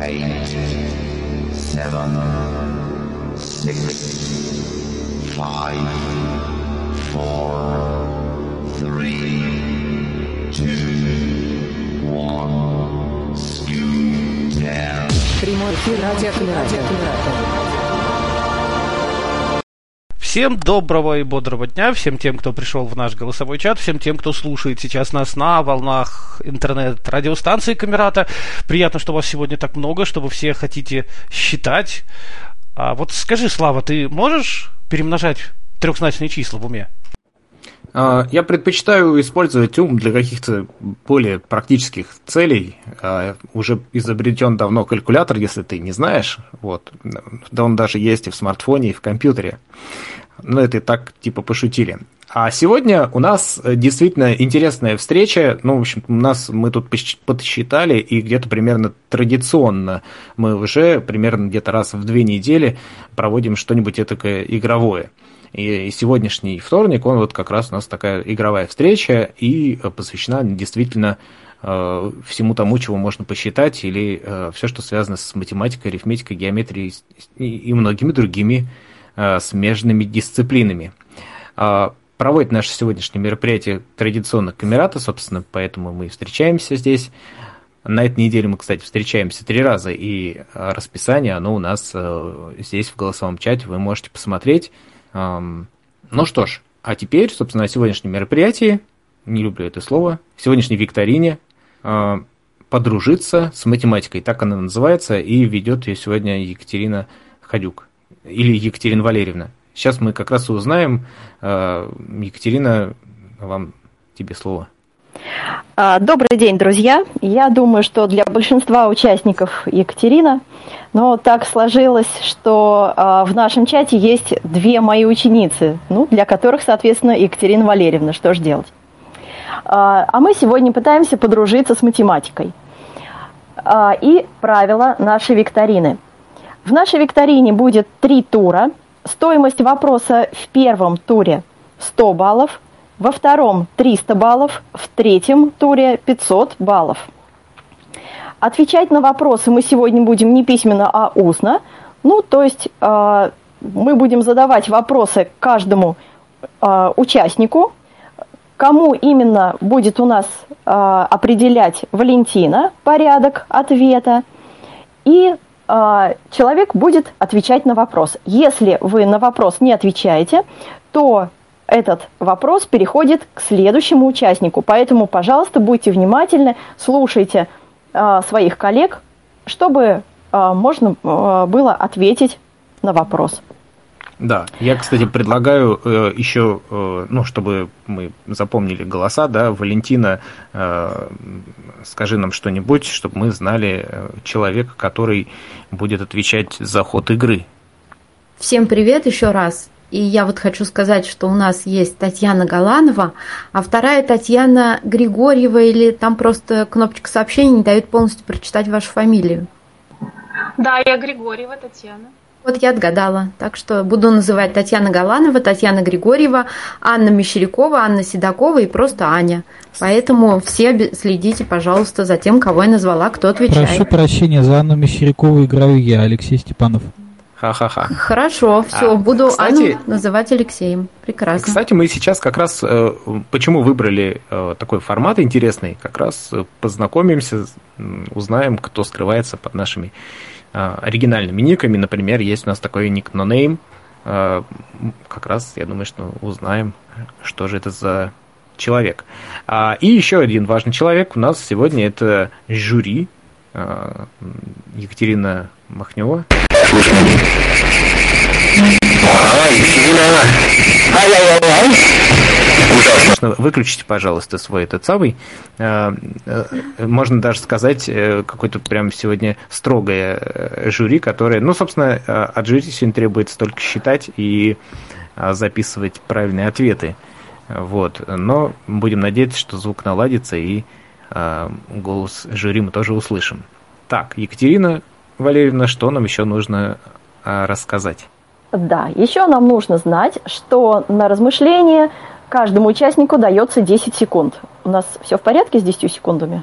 8, 7, 6, 5, 4, 3, 2, 1, scoot down. Прямой эфир радиокоммерация. Всем доброго и бодрого дня, всем тем, кто пришел в наш голосовой чат, всем тем, кто слушает сейчас нас на волнах интернет-радиостанции Камерата. Приятно, что вас сегодня так много, что вы все хотите считать. А вот скажи, Слава, ты можешь перемножать трехзначные числа в уме? Я предпочитаю использовать ум для каких-то более практических целей. Уже изобретен давно калькулятор, если ты не знаешь. Вот. Да он даже есть и в смартфоне, и в компьютере. Но это и так типа пошутили. А сегодня у нас действительно интересная встреча. Ну, в общем, мы тут подсчитали, и где-то примерно традиционно мы уже примерно где-то раз в 2 недели проводим что-нибудь этакое игровое. И сегодняшний вторник, он вот как раз у нас такая игровая встреча, и посвящена действительно всему тому, чего можно посчитать, или все, что связано с математикой, арифметикой, геометрией и многими другими смежными дисциплинами. Проводит наше сегодняшнее мероприятие традиционно Камерата, собственно, поэтому мы встречаемся здесь. На этой неделе мы, кстати, встречаемся 3 раза, и расписание, оно у нас здесь в голосовом чате, вы можете посмотреть. Ну что ж, а теперь, собственно, о сегодняшнем мероприятии, не люблю это слово, сегодняшней викторине «Подружиться с математикой», так она называется, и ведет ее сегодня Екатерина Ходюк, или Екатерина Валерьевна. Сейчас мы как раз и узнаем. Екатерина, тебе слово. Добрый день, друзья. Я думаю, что для большинства участников Екатерина, но так сложилось, что в нашем чате есть 2 мои ученицы, для которых, соответственно, Екатерина Валерьевна. Что же делать? А мы сегодня пытаемся подружиться с математикой. И правила нашей викторины. В нашей викторине будет 3 тура. Стоимость вопроса в первом туре 100 баллов, во втором 300 баллов, в третьем туре 500 баллов. Отвечать на вопросы мы сегодня будем не письменно, а устно. То есть мы будем задавать вопросы каждому участнику. Кому именно будет у нас определять Валентина порядок ответа. И человек будет отвечать на вопрос. Если вы на вопрос не отвечаете, то этот вопрос переходит к следующему участнику. Поэтому, пожалуйста, будьте внимательны, слушайте своих коллег, чтобы можно было ответить на вопрос. Да, я, кстати, предлагаю еще, чтобы мы запомнили голоса, да, Валентина, скажи нам что-нибудь, чтобы мы знали человека, который будет отвечать за ход игры. Всем привет еще раз. И я хочу сказать, что у нас есть Татьяна Галанова, а вторая Татьяна Григорьева, или там просто кнопочка сообщений не дает полностью прочитать вашу фамилию. Да, я Григорьева Татьяна. Вот я отгадала. Так что буду называть Татьяна Галанова, Татьяна Григорьева, Анна Мещерякова, Анна Седокова и просто Аня. Поэтому все следите, пожалуйста, за тем, кого я назвала, кто отвечает. Прошу прощения, за Анну Мещерякову играю я, Алексей Степанов. Ха-ха-ха. Хорошо, все, буду Анну называть Алексеем. Прекрасно. Кстати, мы сейчас как раз, почему выбрали такой формат интересный, как раз познакомимся, узнаем, кто скрывается под нашими оригинальными никами. Например, есть у нас такой ник NoName. Как раз, я думаю, что узнаем, что же это за человек. И еще один важный человек у нас сегодня — это жюри. Екатерина Махнева. Выключите, пожалуйста, свой этот самый. Можно даже сказать, какое-то прям сегодня строгое жюри, которое, собственно, от жюри сегодня требуется только считать и записывать правильные ответы. Вот. Но будем надеяться, что звук наладится и голос жюри мы тоже услышим. Так, Екатерина Валерьевна, что нам еще нужно рассказать? Да, еще нам нужно знать, что на размышление каждому участнику дается 10 секунд. У нас все в порядке с 10 секундами?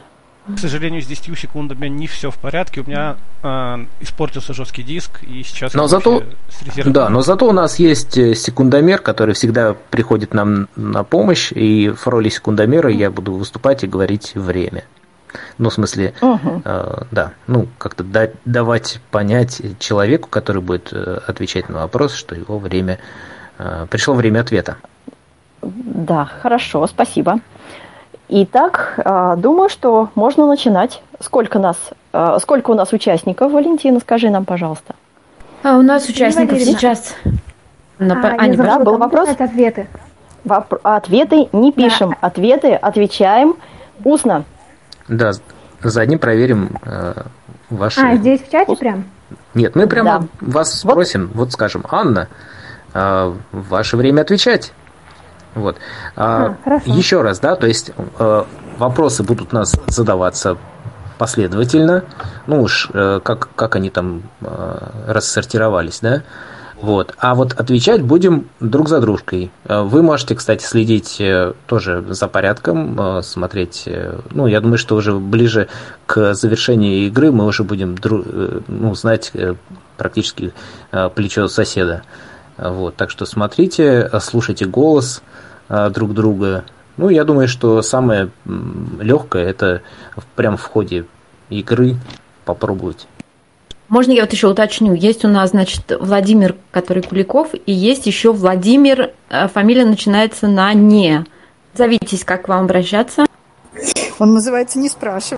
К сожалению, с 10 секундами не все в порядке. У меня испортился жесткий диск, и сейчас Но я зато, вообще с резервом. да, но зато у нас есть секундомер, который всегда приходит нам на помощь, и в роли секундомера я буду выступать и говорить время. Ну, в смысле, да, ну, как-то давать понять человеку, который будет отвечать на вопрос, что его время, пришло время ответа. Да, хорошо, спасибо. Итак, думаю, что можно начинать. Сколько у нас участников, Валентина, скажи нам, пожалуйста. А у нас участников сейчас... Да, был вопрос? Ответы. Ответы не пишем, ответы отвечаем устно. Да, заодно проверим ваши... здесь в чате прям? Нет, мы прямо вас спросим, вот скажем, Анна, ваше время отвечать. Вот. Еще раз, да, то есть вопросы будут у нас задаваться последовательно, ну уж как они там рассортировались, да. Вот. А вот отвечать будем друг за дружкой. Вы можете, кстати, следить тоже за порядком, смотреть. Ну, я думаю, что уже ближе к завершению игры мы уже будем знать практически плечо соседа. Вот. Так что смотрите, слушайте голос друг друга. Ну, я думаю, что самое легкое это прямо в ходе игры попробовать. Можно я вот еще уточню? Есть у нас, значит, Владимир, который Куликов, и есть еще Владимир, фамилия начинается на «не». Зовитесь, как к вам обращаться? Он называется «Не спрашивай».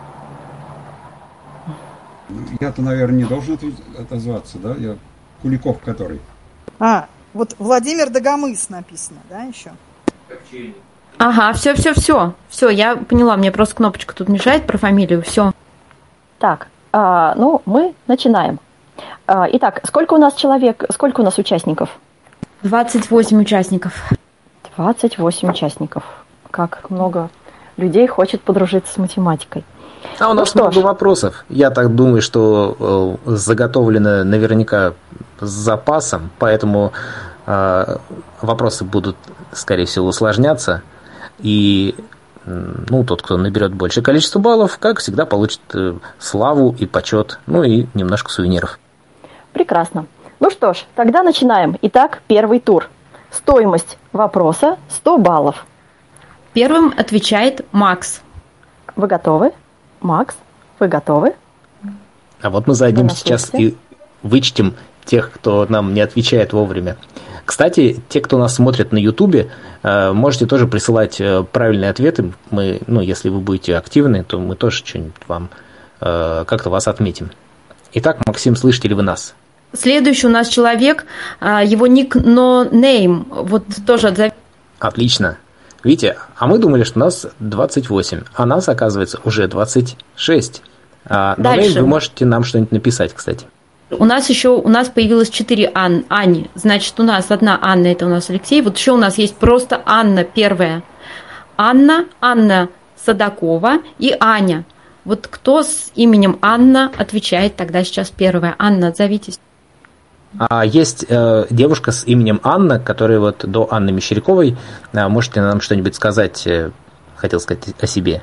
Я-то, наверное, не должен отозваться, да? Я Куликов который. Вот Владимир Дагомыс написано, да, еще? Ага, все, я поняла, мне просто кнопочка тут мешает про фамилию, все. Так, мы начинаем. Итак, сколько у нас участников? 28 участников. 28 участников. Как много людей хочет подружиться с математикой. У нас много вопросов. Я так думаю, что заготовлено наверняка с запасом, поэтому вопросы будут, скорее всего, усложняться. И тот, кто наберет большее количество баллов, как всегда, получит славу и почет, и немножко сувениров. Прекрасно. Ну что ж, тогда начинаем. Итак, первый тур. Стоимость вопроса 100 баллов. Первым отвечает Макс. Вы готовы? Макс, вы готовы? А вот мы за одним сейчас и вычтем тех, кто нам не отвечает вовремя. Кстати, те, кто нас смотрит на Ютубе, можете тоже присылать правильные ответы. Мы, если вы будете активны, то мы тоже что-нибудь вам как-то вас отметим. Итак, Максим, слышите ли вы нас? Следующий у нас человек, его ник NoName, вот тоже отзовите. Отлично. Видите, а мы думали, что у нас 28, а нас, оказывается, уже 26. NoName, вы можете нам что-нибудь написать, кстати. У нас появилось 4 Ани. Значит, у нас одна Анна, это у нас Алексей. Вот еще у нас есть просто Анна первая. Анна Садакова и Аня. Вот кто с именем Анна отвечает тогда сейчас первая? Анна, отзовитесь. Есть девушка с именем Анна, которая вот до Анны Мещеряковой. Можете нам что-нибудь сказать, хотел сказать о себе?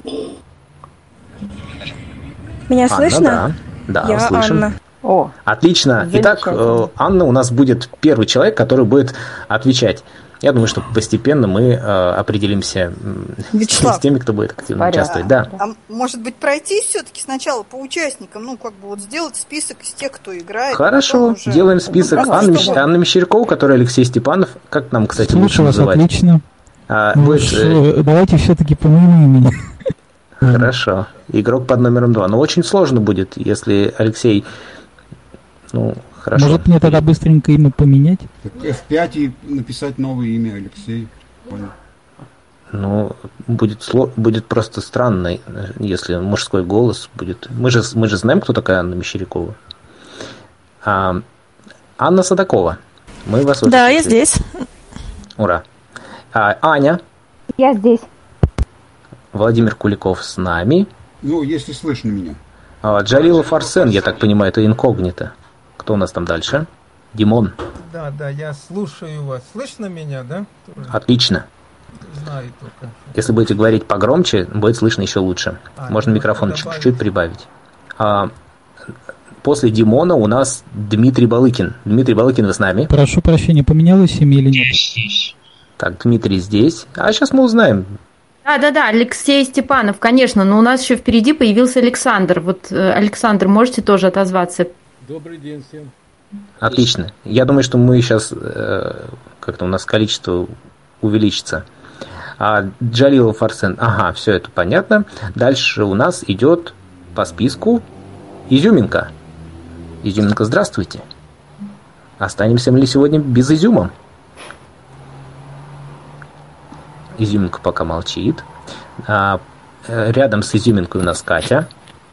Меня Анна, слышно? Да, я слышим. Анна. Отлично. Итак, Анна у нас будет первый человек, который будет отвечать. Я думаю, что постепенно мы определимся с теми, кто будет активно участвовать. Да. А может быть, пройтись все-таки сначала по участникам, сделать список из тех, кто играет. Хорошо, делаем список. Анна Мещерякова, которая Алексей Степанов. Как нам, кстати, лучше называть? Отлично. Давайте все-таки по моему имени. Хорошо. Игрок под номером 2. Но очень сложно будет, если Алексей... Хорошо. Может, мне тогда быстренько имя поменять? F5 и написать новое имя Алексей. Понял. Будет просто странно, если мужской голос будет. Мы же знаем, кто такая Анна Мещерякова. Анна Садакова. Мы вас Да, я здесь. Ура. Аня. Я здесь. Владимир Куликов с нами. Если слышно меня. Джалилов Арсен, я так понимаю, это инкогнито. Кто у нас там дальше? Димон. Да, я слушаю вас. Слышно меня, да? Отлично. Знаю только. Если будете говорить погромче, будет слышно еще лучше. Можно микрофон чуть-чуть прибавить. После Димона у нас Дмитрий Балыкин. Дмитрий Балыкин, вы с нами? Прошу прощения, поменялось имя или нет? Так, Дмитрий здесь. А сейчас мы узнаем. Да, Алексей Степанов, конечно, но у нас еще впереди появился Александр. Вот, Александр, можете тоже отозваться? Добрый день всем. Отлично. Я думаю, что мы сейчас как-то у нас количество увеличится. Джалилов Арсен. Ага, все это понятно. Дальше у нас идет по списку Изюминка. Изюминка, здравствуйте. Останемся ли сегодня без изюма? Изюминка пока молчит. Рядом с Изюминкой у нас Катя.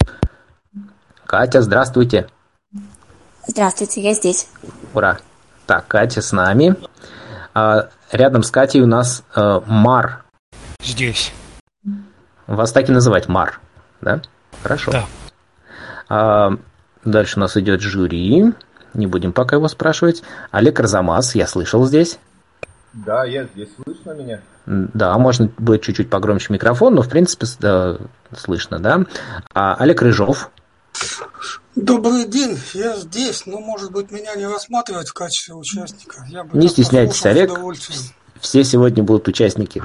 Катя, здравствуйте. Здравствуйте, я здесь. Ура. Так, Катя с нами. Рядом с Катей у нас Мар. Здесь. Вас так и называть Мар, да? Хорошо. Да. Дальше у нас идет жюри. Не будем пока его спрашивать. Олег Арзамас, я слышал здесь. Да, я здесь. Слышно меня? Да, можно будет чуть-чуть погромче микрофон, но в принципе слышно, да. Олег Рыжов. Добрый день, я здесь, но, может быть, меня не рассматривать в качестве участника. Я бы не стесняйтесь, Олег, все сегодня будут участники.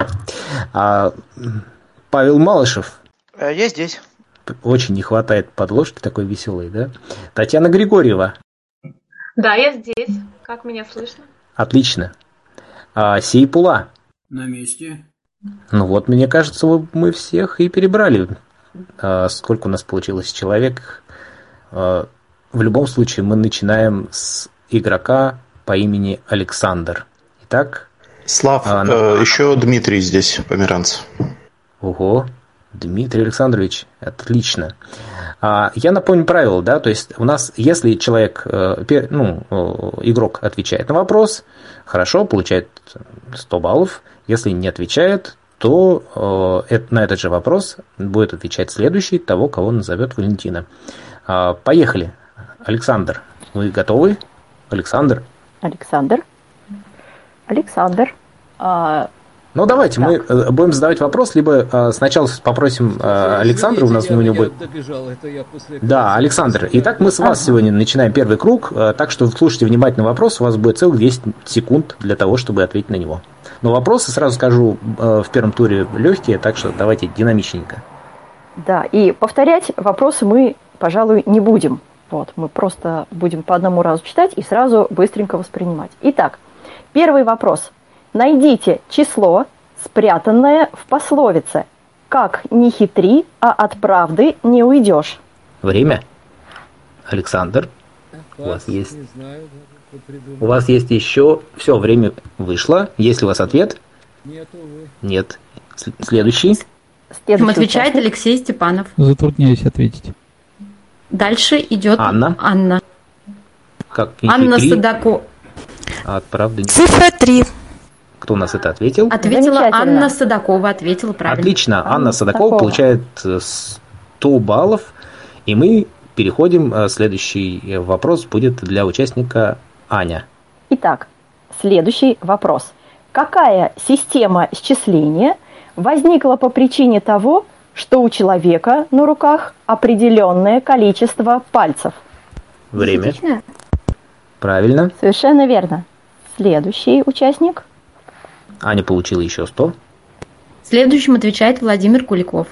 Павел Малышев. Я здесь. Очень не хватает подложки такой веселой, да? Татьяна Григорьева. Да, я здесь. Как меня слышно? Отлично. Сейпула. На месте. Ну вот, мне кажется, мы всех и перебрали. Сколько у нас получилось человек? В любом случае, мы начинаем с игрока по имени Александр. Итак... Слав, еще Дмитрий здесь, померанц. Ого, Дмитрий Александрович, отлично. Я напомню правила, да, то есть у нас, если человек, игрок отвечает на вопрос, хорошо, получает 100 баллов, если не отвечает, то на этот же вопрос будет отвечать следующий, того, кого назовет Валентина. Поехали. Александр, вы готовы? Александр. Ну, давайте, мы будем задавать вопрос, либо сначала попросим Александра, у нас у него будет... Да, Александр. Итак, мы с вас сегодня начинаем первый круг, так что слушайте внимательно вопрос, у вас будет целых 10 секунд для того, чтобы ответить на него. Но вопросы, сразу скажу, в первом туре легкие, так что давайте динамичненько. Да, и повторять вопросы мы, пожалуй, не будем. Вот, мы просто будем по одному разу читать и сразу быстренько воспринимать. Итак, первый вопрос. Найдите число, спрятанное в пословице «Как не хитри, а от правды не уйдешь». Время. Александр, у вас есть еще... Все, время вышло. Есть ли у вас ответ? Нет. Следующий. Отвечает Алексей Степанов. Затрудняюсь ответить. Дальше идет Анна. Как Анна Садакова. От правды не... Цифра 3. Кто у нас это ответил? Ответила Анна Садакова, ответила правильно. Отлично, Анна Садакова получает 100 баллов, и мы переходим, следующий вопрос будет для участника Аня. Итак, следующий вопрос. Какая система счисления возникла по причине того, что у человека на руках определенное количество пальцев? Время. Правильно. Совершенно верно. Следующий участник. Аня получила еще 100. Следующим отвечает Владимир Куликов.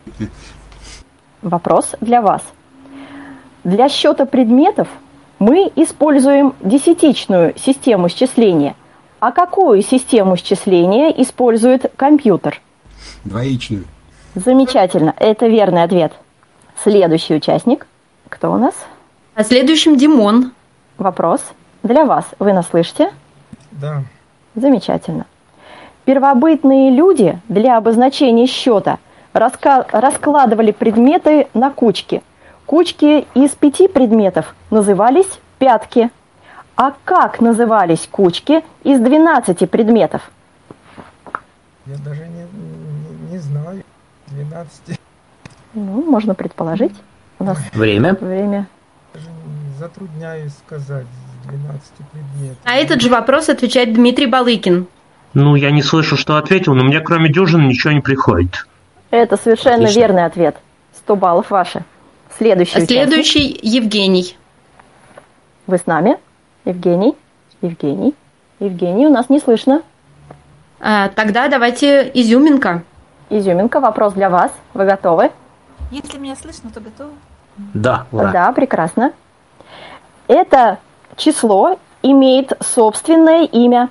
Вопрос для вас. Для счета предметов мы используем десятичную систему счисления. А какую систему счисления использует компьютер? Двоичную. Замечательно. Это верный ответ. Следующий участник. Кто у нас? А следующим Димон. Вопрос для вас. Вы нас слышите? Да. Замечательно. Первобытные люди для обозначения счета раскладывали предметы на кучки. Кучки из 5 предметов назывались пятки. А как назывались кучки из 12 предметов? Я даже не знаю. 12. Ну, можно предположить. У нас время. Даже затрудняюсь сказать. 12 предметов. На этот же вопрос отвечает Дмитрий Балыкин. Ну, я не слышу, что ответил, но мне кроме дюжины ничего не приходит. Это совершенно Отлично. верный ответ. 100 баллов ваши. Следующий Следующий Евгений. Вы с нами? Евгений? Евгений, у нас не слышно. Тогда давайте изюминка. Изюминка, вопрос для вас. Вы готовы? Если меня слышно, то готовы? Да, ура. Да, прекрасно. Это число имеет собственное имя.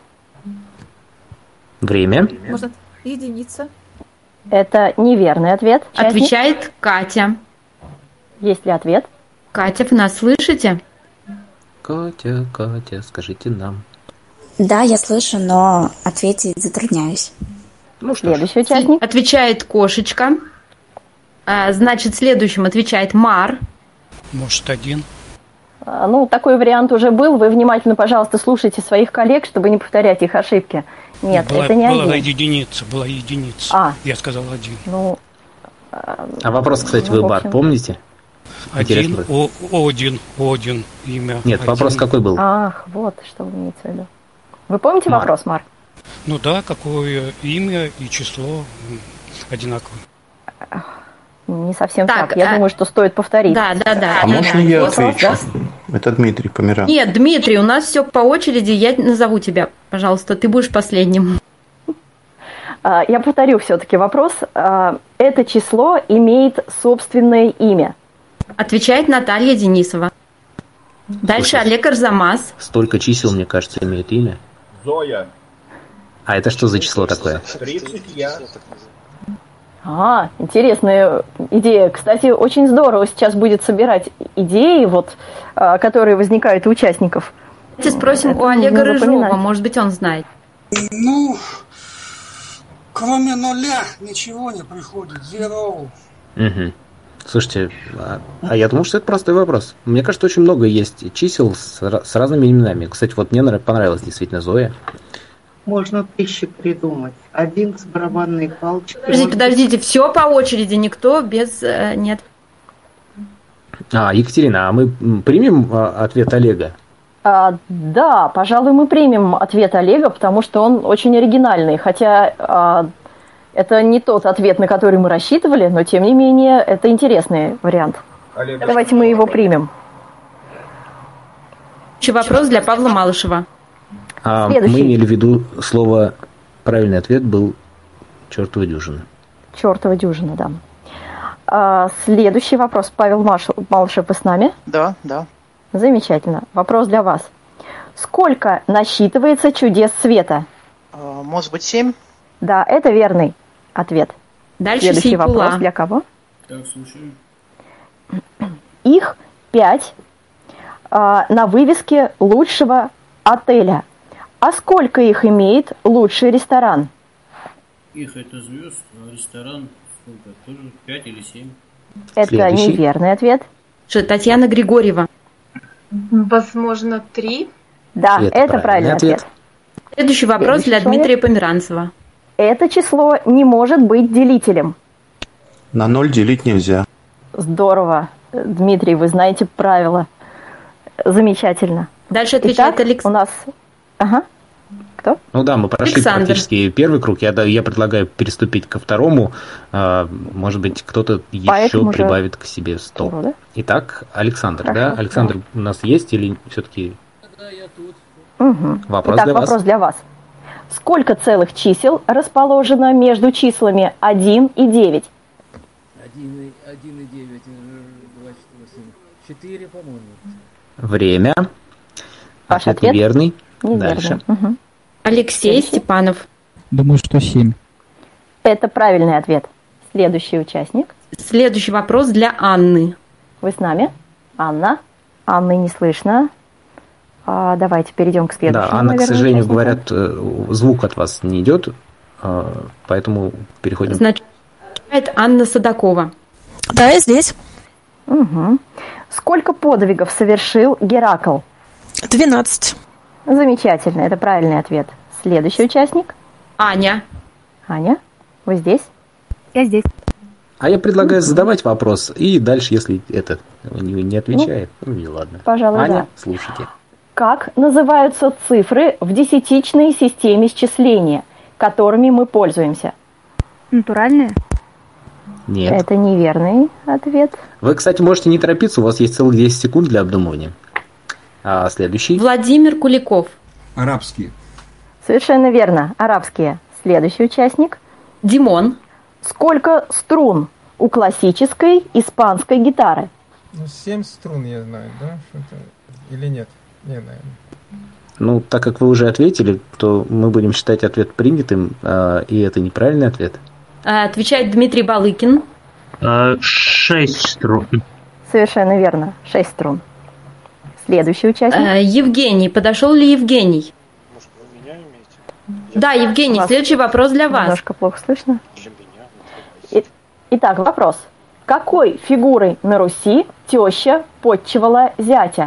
Время. Может, единица? Это неверный ответ. Участник. Отвечает Катя. Есть ли ответ? Катя, вы нас слышите? Катя, скажите нам. Да, я слышу, но ответить затрудняюсь. Ну, следующий участник. Отвечает Кошечка. Значит, следующим отвечает Мар. Может, один. Ну, такой вариант уже был. Вы внимательно, пожалуйста, слушайте своих коллег, чтобы не повторять их ошибки. Нет, это не была один. Была единица. Я сказал один. Ну, А вопрос, кстати, вы, Бар, помните? Один, Один, имя. Нет, один. Вопрос какой был? Ах, вот что вы имеете в виду. Вы помните вопрос, Мар? Ну да, какое имя и число одинаковые. Не совсем так. Я думаю, что стоит повторить. Да. А можно я отвечу? Это Дмитрий Померанцев. Нет, Дмитрий, у нас все по очереди. Я назову тебя, пожалуйста. Ты будешь последним. Я повторю все-таки вопрос. Это число имеет собственное имя. Отвечает Наталья Денисова. Дальше Олег Арзамас. Столько чисел, мне кажется, имеют имя. Зоя. А это что за число такое? 30 я. Интересная идея. Кстати, очень здорово сейчас будет собирать идеи, которые возникают у участников. Давайте спросим у Олега Рыжова, может быть, он знает. Ну, кроме нуля ничего не приходит. Zero. Угу. Слушайте, а я думал, что это простой вопрос. Мне кажется, очень много есть чисел с разными именами. Кстати, вот мне понравилась действительно Зоя. Можно 1000 придумать. 1 с барабанной палочкой. Подождите, все по очереди, никто без... Нет. Екатерина, а мы примем ответ Олега? Да, пожалуй, мы примем ответ Олега, потому что он очень оригинальный. Хотя это не тот ответ, на который мы рассчитывали, но тем не менее это интересный вариант. Олег, давайте мы его примем. Вопрос для Павла Малышева. Мы имели в виду слово, правильный ответ был чертова дюжина. Чертова дюжина, да. Следующий вопрос. Павел Малышев, вы с нами? Да. Замечательно. Вопрос для вас. Сколько насчитывается чудес света? Может быть, 7? Да, это верный ответ. Дальше Следующий Сейфула. вопрос для кого? Так, слушаю. Их 5 на вывеске лучшего отеля. А сколько их имеет лучший ресторан? Их это звезд, а ресторан сколько? Тоже 5 или 7? Это неверный ответ. Татьяна Григорьева. Возможно, 3. Да, это правильный ответ. Следующий вопрос для Дмитрия Померанцева. Это число не может быть делителем. На 0 делить нельзя. Здорово. Дмитрий, вы знаете правила. Замечательно. Дальше отвечает Александр. У нас... Кто? Ну да, мы прошли практически первый круг. Я предлагаю переступить ко второму. Может быть, кто-то еще прибавит к себе 100. Да? Итак, Александр, хорошо, да? Александр у нас есть или все-таки... Да, я тут. Вопрос Итак, для вас. Вопрос для вас. Сколько целых чисел расположено между числами 1 и 9? 1 и 9, 4, по-моему. Время. Ваш ответ неверный. Дальше. Алексей Степанов. Думаю, что 7. Это правильный ответ. Следующий участник. Следующий вопрос для Анны. Вы с нами? Анна? Анны не слышно. Давайте перейдем к следующему. Да, Анна, к сожалению, говорят, звук от вас не идет, поэтому переходим. Значит, Анна Садакова. Да, я здесь. Угу. Сколько подвигов совершил Геракл? 12. Замечательно, это правильный ответ. Следующий участник. Аня. Аня, вы здесь? Я здесь. А я предлагаю задавать вопрос, и дальше, если это не отвечает, не ладно. Пожалуй, Аня, да. слушайте. Как называются цифры в десятичной системе счисления? которыми мы пользуемся? Натуральные? Нет. Это неверный ответ. Вы, кстати, можете не торопиться, у вас есть целых 10 секунд для обдумывания. А следующий? Владимир Куликов. Арабские. Совершенно верно. Арабские. Следующий участник. Димон. Сколько струн у классической испанской гитары? 7 струн, я знаю, да? Что-то... Или нет? Не, наверное. Ну, так как вы уже ответили, то мы будем считать ответ принятым, и это неправильный ответ. Отвечает Дмитрий Балыкин. 6 струн. Совершенно верно. 6 струн. Следующий участник. Евгений. Подошел ли Евгений? Может, вы меня имеете? Да, Евгений, следующий вопрос для вас. Немножко плохо слышно. Для меня. Итак, вопрос. Какой фигурой на Руси теща подчивала зятя?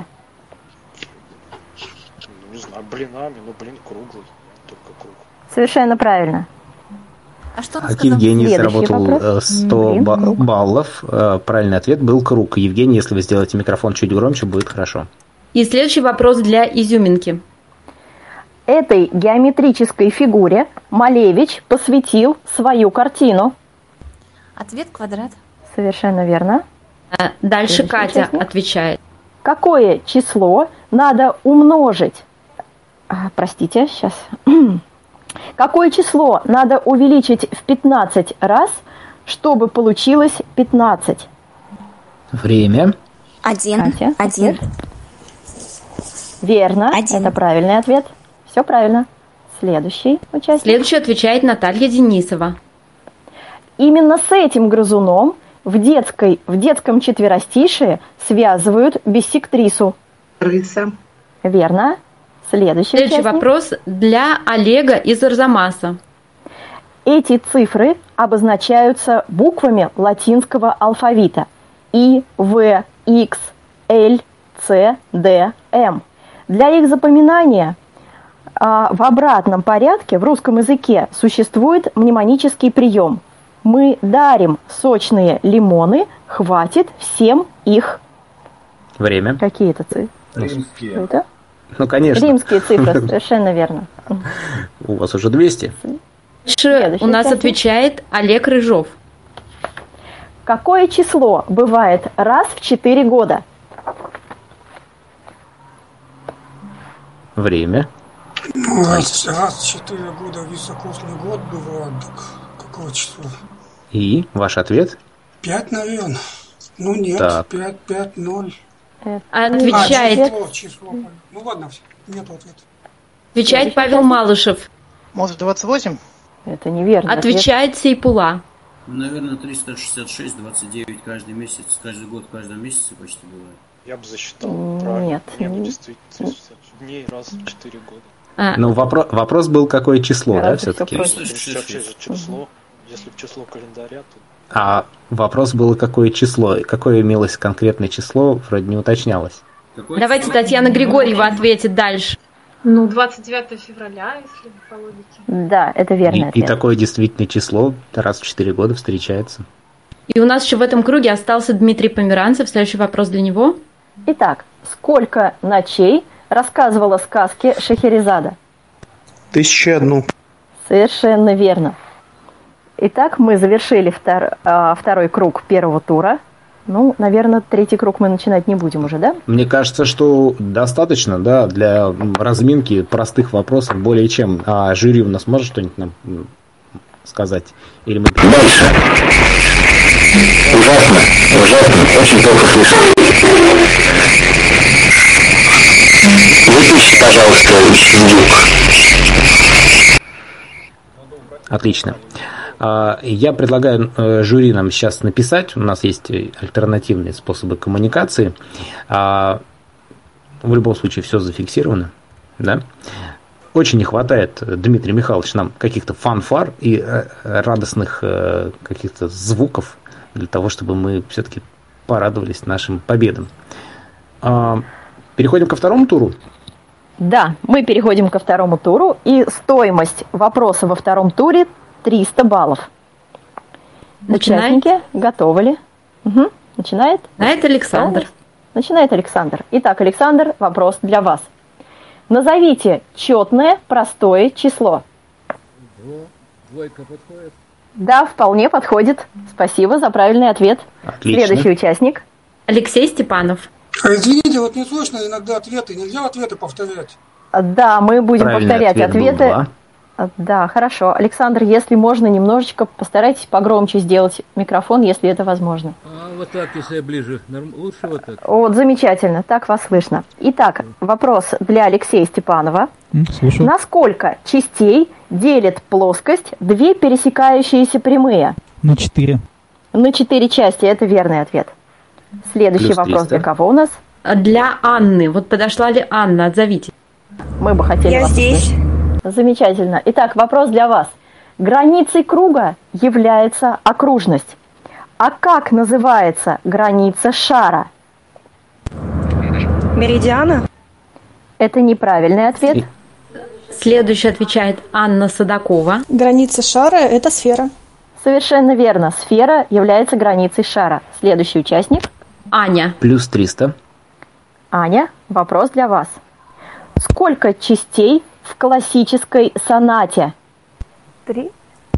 Ну, не знаю, блинами, но блин круглый. Только круг. Совершенно правильно. А что Евгений заработал 100 баллов. Правильный ответ был круг. Евгений, если вы сделаете микрофон чуть громче, будет хорошо. И следующий вопрос для изюминки. Этой геометрической фигуре Малевич посвятил свою картину. Ответ квадрат. Совершенно верно. Дальше Катя отвечает. Какое число надо умножить? Простите, сейчас. Какое число надо увеличить в 15 раз, чтобы получилось 15? Время. 1. Катя, 1. Верно. 1. Это правильный ответ. Все правильно. Следующий участник. Следующий отвечает Наталья Денисова. Именно с этим грызуном в детском четверостишие связывают биссектрису. Крыса. Верно. Следующий вопрос для Олега из Арзамаса. Эти цифры обозначаются буквами латинского алфавита И, В, X, L, C, D, M. Для их запоминания в обратном порядке в русском языке существует мнемонический прием. Мы дарим сочные лимоны, хватит всем их. Время. Какие это цифры? Римские. Что это? Ну, конечно. Римские цифры, совершенно верно. У вас уже 200. Дальше у нас отвечает Олег Рыжов. Какое число бывает раз в 4 года? Время. Ну, раз в 4 года високосный год бывает, так какое число? И ваш ответ? 5, наверное. Ну нет, так. 5, 0. Отвечает. Число. Ну ладно, нет ответа. Отвечает Павел Малышев. Может, 28? Это неверно. Отвечает Сейпула. Наверное, 366, 29 каждый месяц, каждый год, в каждом месяце почти бывает. Я бы засчитал. Нет. Действительно, дней раз в 4 года. Ну, вопрос был, какое число, да, все-таки? 366 число. Если в число календаря, то... А вопрос был, какое число, какое имелось конкретное число, вроде не уточнялось. Давайте Татьяна Григорьева ответит дальше. Ну, 29 февраля, если вы положите. Да, это верно. И такое действительно число раз в 4 года встречается. И у нас еще в этом круге остался Дмитрий Померанцев. Следующий вопрос для него. Итак, сколько ночей рассказывала сказки Шахерезада? 1001. Совершенно верно. Итак, мы завершили второй круг первого тура. Ну, наверное, третий круг мы начинать не будем уже, да? Мне кажется, что достаточно, да, для разминки простых вопросов более чем. А жюри у нас может что-нибудь нам сказать? Или мы... Дальше. Ужасно, очень плохо слышно. Выключи, пожалуйста, звук. Отлично. Я предлагаю жюри нам сейчас написать. У нас есть альтернативные способы коммуникации. В любом случае все зафиксировано. Да? Очень не хватает, Дмитрий Михайлович, нам каких-то фанфар и радостных каких-то звуков для того, чтобы мы все-таки порадовались нашим победам. Переходим ко второму туру? Да, мы переходим ко второму туру. И стоимость вопроса во втором туре 300 баллов. Участники готовы ли? Угу. Начинает? Начинает Александр. Начинает Александр. Итак, Александр, вопрос для вас. Назовите четное простое число. Двойка подходит? Да, вполне подходит. Спасибо за правильный ответ. Отлично. Следующий участник. Алексей Степанов. Извините, вот не слышно иногда ответы. Нельзя ответы повторять. Да, мы будем Правильный повторять ответ был ответы. 2. Да, хорошо. Александр, если можно, немножечко постарайтесь погромче сделать микрофон, если это возможно. А вот так, если ближе. Лучше вот так. Вот, замечательно, так вас слышно. Итак, вопрос для Алексея Степанова. Слушаю. На сколько частей делит плоскость две пересекающиеся прямые? На 4. На 4 части, это верный ответ. Следующий Плюс вопрос 300. для кого у нас? Для Анны. Вот подошла ли Анна? Отзовите. Мы бы хотели Я вас здесь. услышать. Замечательно. Итак, вопрос для вас. Границей круга является окружность. А как называется граница шара? Меридиана? Это неправильный ответ. Следующий отвечает Анна Садакова. Граница шара – это сфера. Совершенно верно. Сфера является границей шара. Следующий участник. Аня. Плюс 300. Аня, вопрос для вас. Сколько частей в классической сонате? 3.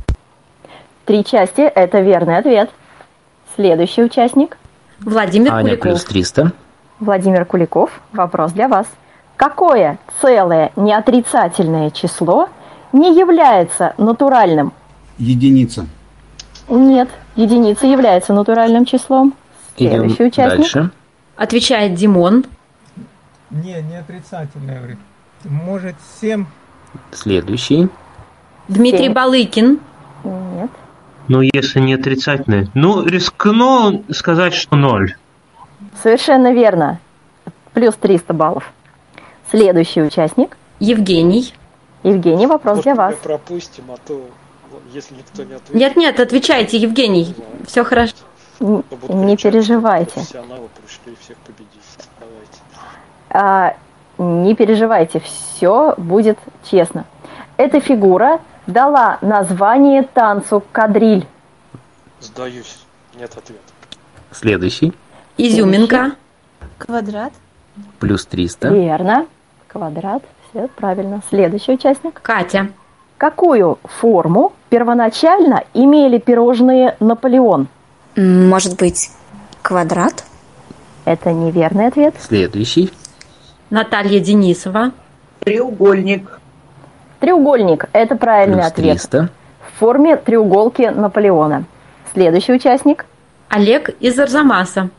3 части – это верный ответ. Следующий участник. Владимир Аня Куликов. плюс 300. Владимир Куликов, вопрос для вас. Какое целое неотрицательное число не является натуральным? Единица. Нет, единица является натуральным числом. Следующий Идем участник. дальше. Отвечает Димон. Не отрицательное, говорит. Может, 7. Следующий. Дмитрий 7. Балыкин. Нет. Ну, если не отрицательное. Ну, рискну сказать, что 0. Совершенно верно. Плюс 300 баллов. Следующий участник. Евгений. Евгений, вопрос для вас. Мы пропустим, а то, если никто не ответит... Нет, отвечайте, Евгений. Все хорошо. Не переживайте. Профессионалы пришли всех победить. Давайте. Не переживайте, все будет честно. Эта фигура дала название танцу кадриль. Сдаюсь. Нет ответа. Следующий. Изюминка. Квадрат. Плюс 300. Верно. Квадрат. Все правильно. Следующий участник. Катя. Какую форму первоначально имели пирожные Наполеон? Может быть, квадрат? Это неверный ответ. Следующий. Наталья Денисова. Треугольник. Треугольник. Это правильный Плюс ответ. 300. В форме треуголки Наполеона. Следующий участник. Олег из Арзамаса.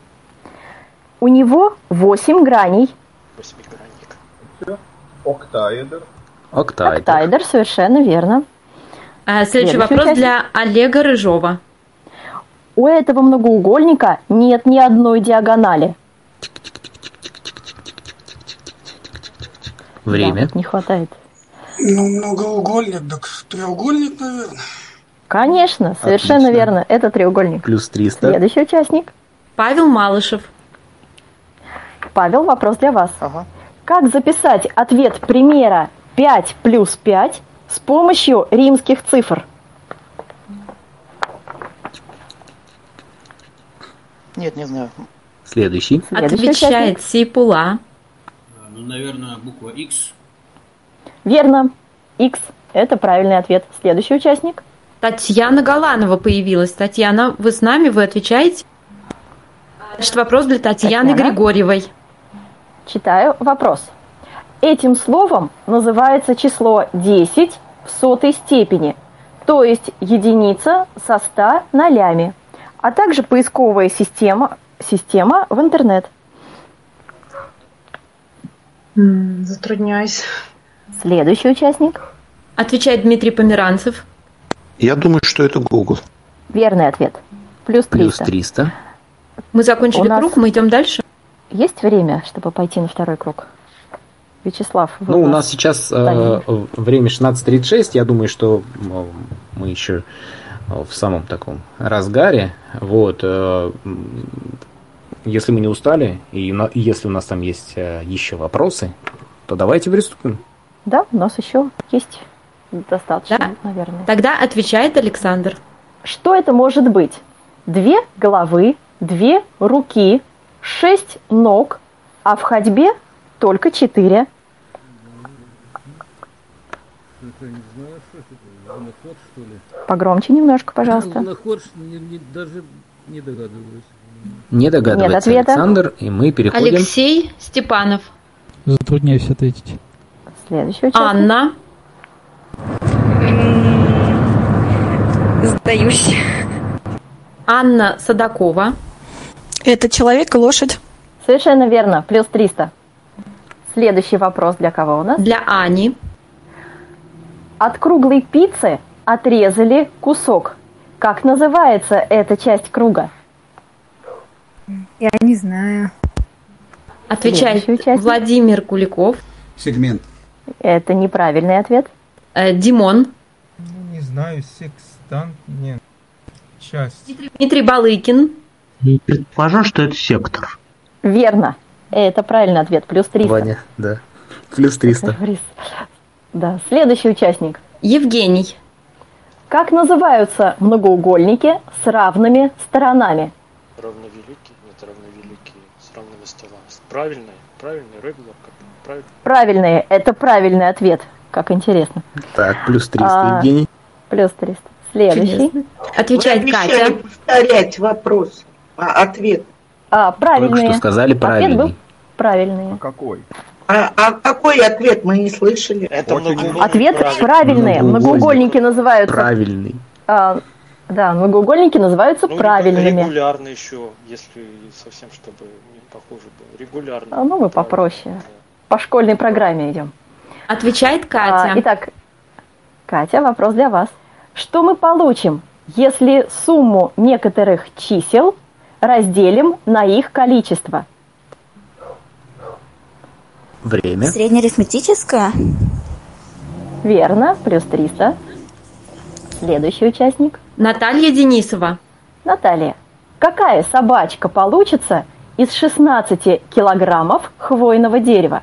У него 8 граней. Восьмигранник. Октаэдр. Октаэдр, совершенно верно. Следующий вопрос участник. для Олега Рыжова. У этого многоугольника нет ни одной диагонали. Время. Да, не хватает. Ну, многоугольник, так треугольник, наверное. Конечно, совершенно Отлично. верно. Это треугольник. Плюс 300. Следующий участник. Павел Малышев. Павел, вопрос для вас. Как записать ответ примера 5 плюс 5 с помощью римских цифр? Нет, не знаю. Следующий. Отвечает Сейпула. Ну, наверное, буква X. Верно. X. Это правильный ответ. Следующий участник. Татьяна Галанова появилась. Татьяна, вы с нами, вы отвечаете? Значит, вопрос для Татьяны Татьяна. Григорьевой. Читаю вопрос. Этим словом называется число 10 в сотой степени, то есть единица со 100 нолями, а также поисковая система в интернет. Затрудняюсь. Следующий участник. Отвечает Дмитрий Померанцев. Я думаю, что это Google. Верный ответ. Плюс 300. Плюс 300. Мы закончили У нас- круг, мы идем дальше. Есть время, чтобы пойти на второй круг? Вячеслав, вы Ну, у нас сейчас встали. время 16:36. Я думаю, что мы еще в самом таком разгаре. Вот. Если мы не устали, и если у нас там есть еще вопросы, то давайте приступим. Да, у нас еще есть достаточно, Да? наверное. Тогда отвечает Александр. Что это может быть? 2 головы, 2 руки, 6 ног, а в ходьбе только 4. Я не знаю, что это. Луноход, что ли? Погромче немножко, пожалуйста. Луноход, даже не догадываюсь. Не догадывается Нет ответа. Александр, и мы переходим... Алексей Степанов. Затрудняюсь ответить. Следующий участник. Анна. Сдаюсь. Анна Садакова. Это человек и лошадь. Совершенно верно, плюс 300. Следующий вопрос для кого у нас? Для Ани. От круглой пиццы отрезали кусок. Как называется эта часть круга? Я не знаю. Отвечает Владимир Куликов. Сегмент. Это неправильный ответ. Димон. Ну, не знаю, секстант, нет. Часть. Дмитрий Балыкин. Предположу, что это сектор. Верно. Это правильный ответ. Плюс 300. Ваня, да. Плюс 300. Да. Следующий участник. Евгений. Как называются многоугольники с равными сторонами? Равновеликие, нет, равновеликие с равными сторонами. Правильный, регуляр, правильно. Правильные. Это правильный ответ. Как интересно. Так, плюс 300, Евгений. Плюс 300. Следующий. Отвечает Катя. Повторять вопрос, ответ. Правильные. Только что сказали правильный. Ответ был правильный. Какой? А какой ответ мы не слышали? Ответ правильный. Многоугольники называются... Правильный. Да, многоугольники называются правильными. Регулярно еще, если совсем, чтобы не похоже было. Регулярно. Ну, мы попроще. По школьной программе идем. Отвечает Катя. Итак, Катя, вопрос для вас. Что мы получим, если сумму некоторых чисел разделим на их количество? Время. Среднеарифметическое? Верно, плюс 300. Следующий участник. Наталья Денисова. Наталья, какая собачка получится из 16 килограммов хвойного дерева?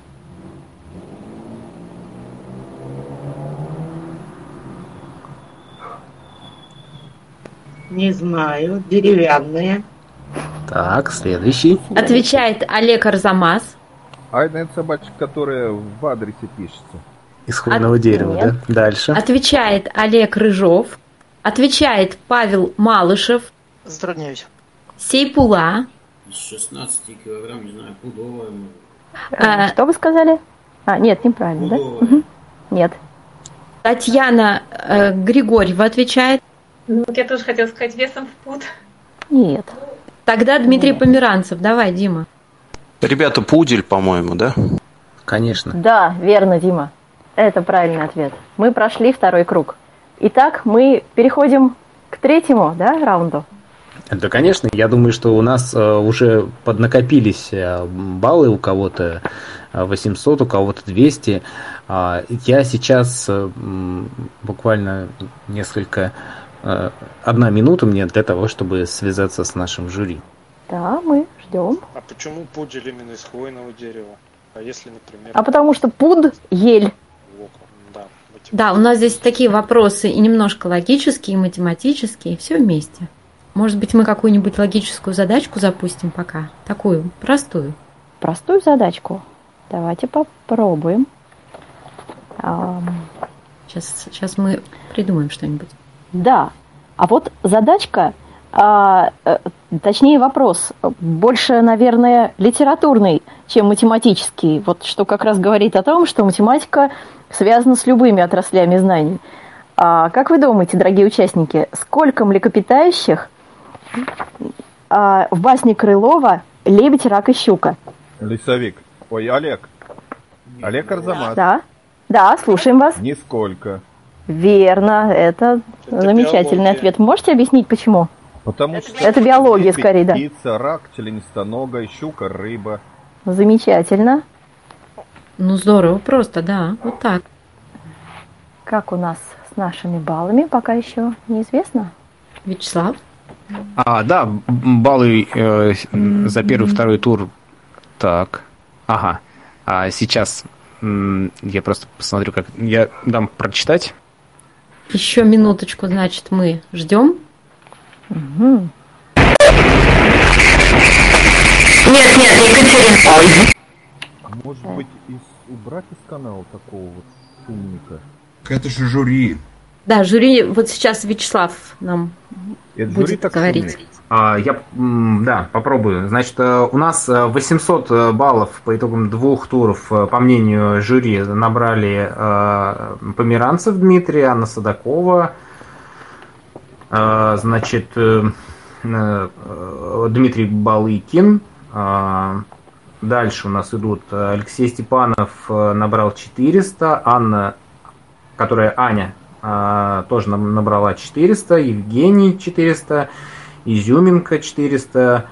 Не знаю, деревянные. Так, следующий. Отвечает Олег Арзамас. А это собачка, которая в адресе пишется. Из хвойного дерева, Нет. да? Дальше. Отвечает Олег Рыжов. Отвечает Павел Малышев. Затрудняюсь. Сейпула. 16 килограмм, не знаю, пудовая. Что вы сказали? Нет, неправильно, да? Угу. Нет. Татьяна Григорьева отвечает. Ну, вот я тоже хотела сказать весом в пуд. Нет. Тогда Дмитрий Померанцев. Давай, Дима. Ребята, пудель, по-моему, да? Конечно. Да, верно, Дима. Это правильный ответ. Мы прошли второй круг. Итак, мы переходим к третьему, да, раунду? Да, конечно. Я думаю, что у нас уже поднакопились баллы, у кого-то 800, у кого-то 200. Я сейчас буквально несколько... 1 минута мне для того, чтобы связаться с нашим жюри. Да, мы ждем. А почему пудель именно из хвойного дерева? А если, например... А потому что пуд – ель. Да, у нас здесь такие вопросы и немножко логические, и математические, все вместе. Может быть, мы какую-нибудь логическую задачку запустим пока? Такую, простую. Простую задачку? Давайте попробуем. Сейчас мы придумаем что-нибудь. Да, а вот задачка, точнее вопрос, больше, наверное, литературный, чем математический. Вот что как раз говорит о том, что математика связана с любыми отраслями знаний. Как вы думаете, дорогие участники, сколько млекопитающих в басне Крылова «Лебедь, рак и щука»? Лесовик. Ой, Олег. Олег Арзамас. Да, слушаем вас. Нисколько. Верно, это замечательный биология. ответ. Можете объяснить, почему? Потому что это биология, скорее, да. Птица, рак, членистоногая, щука, рыба. Замечательно. Ну, здорово, просто, да, вот так. Как у нас с нашими баллами, пока еще неизвестно. Вячеслав? Да, баллы за первый и второй тур. Так, ага. А сейчас я просто посмотрю, как... Я дам прочитать. Еще минуточку, значит, мы ждем. Угу. Нет, Екатерина. Может быть, убрать из канала такого вот умника? Это же жюри. Да, жюри, вот сейчас Вячеслав нам будет говорить. Да, попробую. Значит, у нас 800 баллов по итогам 2 туров, по мнению жюри, набрали Померанцев Дмитрий, Анна Садакова, значит, Дмитрий Балыкин. Дальше у нас идут Алексей Степанов набрал 400, Аня тоже набрала 400, Евгений 400, Изюминка 400,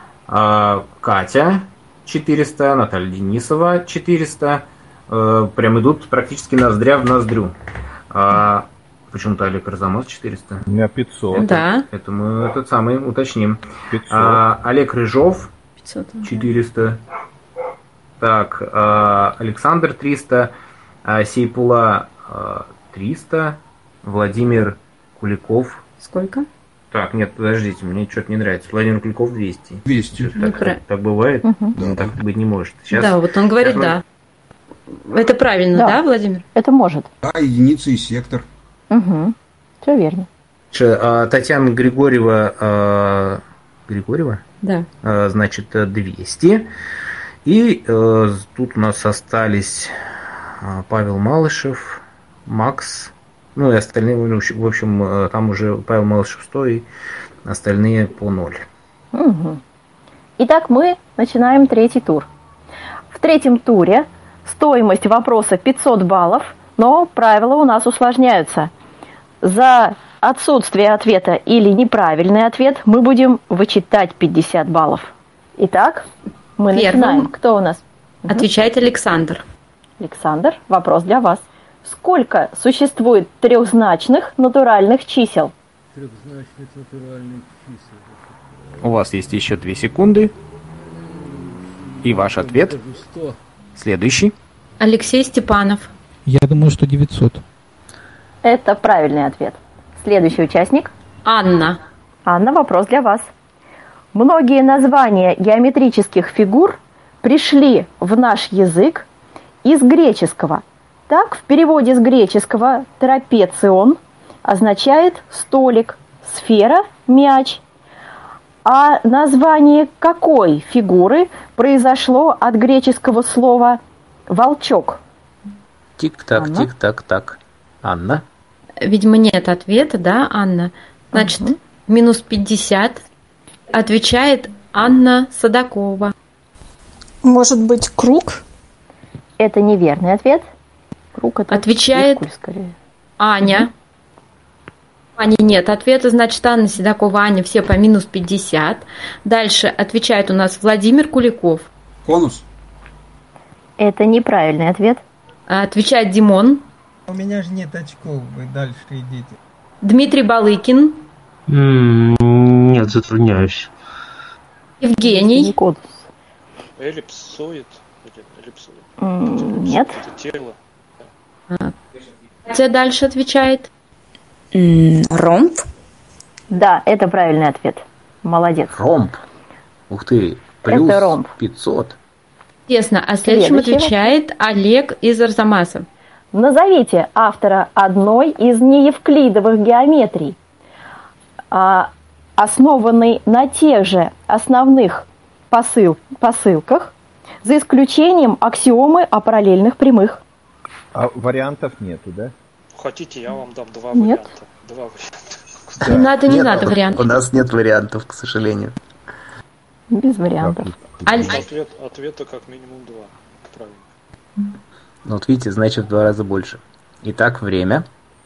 Катя 400, Наталья Денисова 400. Прям идут практически ноздря в ноздрю. Почему-то Олег Арзамас 400. У меня 500. Да. Это мы этот самый уточним. 500. Олег Рыжов 500. 400. Так, Александр 300, Сейпула 300, Владимир Куликов. Сколько? Так, нет, подождите, мне что-то не нравится. Владимир Куликов 200. 200. Так бывает? Угу. Так быть не может. Сейчас, да, вот он говорит да. Это правильно, да, Владимир? Это может. Да, единица и сектор. Угу. Все верно. Татьяна Григорьева, Да. Значит, 200. И тут у нас остались Павел Малышев, Макс, ну и остальные, в общем, там уже Павел Малышев 100, и остальные по 0. Угу. Итак, мы начинаем 3-й тур. В 3-м туре стоимость вопроса 500 баллов, но правила у нас усложняются. За отсутствие ответа или неправильный ответ мы будем вычитать 50 баллов. Итак, мы начинаем. Кто у нас? Отвечает Александр. Александр, вопрос для вас. Сколько существует трехзначных натуральных чисел? Трехзначных натуральных чисел. У вас есть еще 2 секунды. И ваш ответ. 100. Следующий. Алексей Степанов. Я думаю, что 900. Это правильный ответ. Следующий участник. Анна. Анна, вопрос для вас. Многие названия геометрических фигур пришли в наш язык из греческого. Так, в переводе с греческого трапецион означает столик, сфера – мяч. А название какой фигуры произошло от греческого слова «волчок»? Тик-так, тик-так-так. Анна? Видимо, нет ответа, да, Анна? Значит, минус 50. Отвечает Анна Садакова. Может быть, круг? Это неверный ответ. Круг это отвечает циркуль, скорее. Аня. Ани нет ответа, значит, Анна Седокова, Аня, все по минус 50. Дальше отвечает у нас Владимир Куликов. Конус. Это неправильный ответ. Отвечает Димон. У меня же нет очков, вы дальше идите. Дмитрий Балыкин. Нет, затрудняюсь. Евгений. Эллипсоид. Нет. Это тело. Катя дальше отвечает. Ромб? Да, это правильный ответ. Молодец. Ромб. Ух ты. Плюс это ромб. 500. Тесно. А следующим отвечает Олег из Арзамаса. Назовите автора одной из неевклидовых геометрий, основанной на тех же основных посылках, за исключением аксиомы о параллельных прямых. А вариантов нету, да? Хотите, я вам дам 2 Нет. варианта. 2 варианта. Не надо вариантов. У нас нет вариантов, к сожалению. Без вариантов. Ответа как минимум 2. Правильно. Ну, вот видите, значит в 2 раза больше. Итак, время.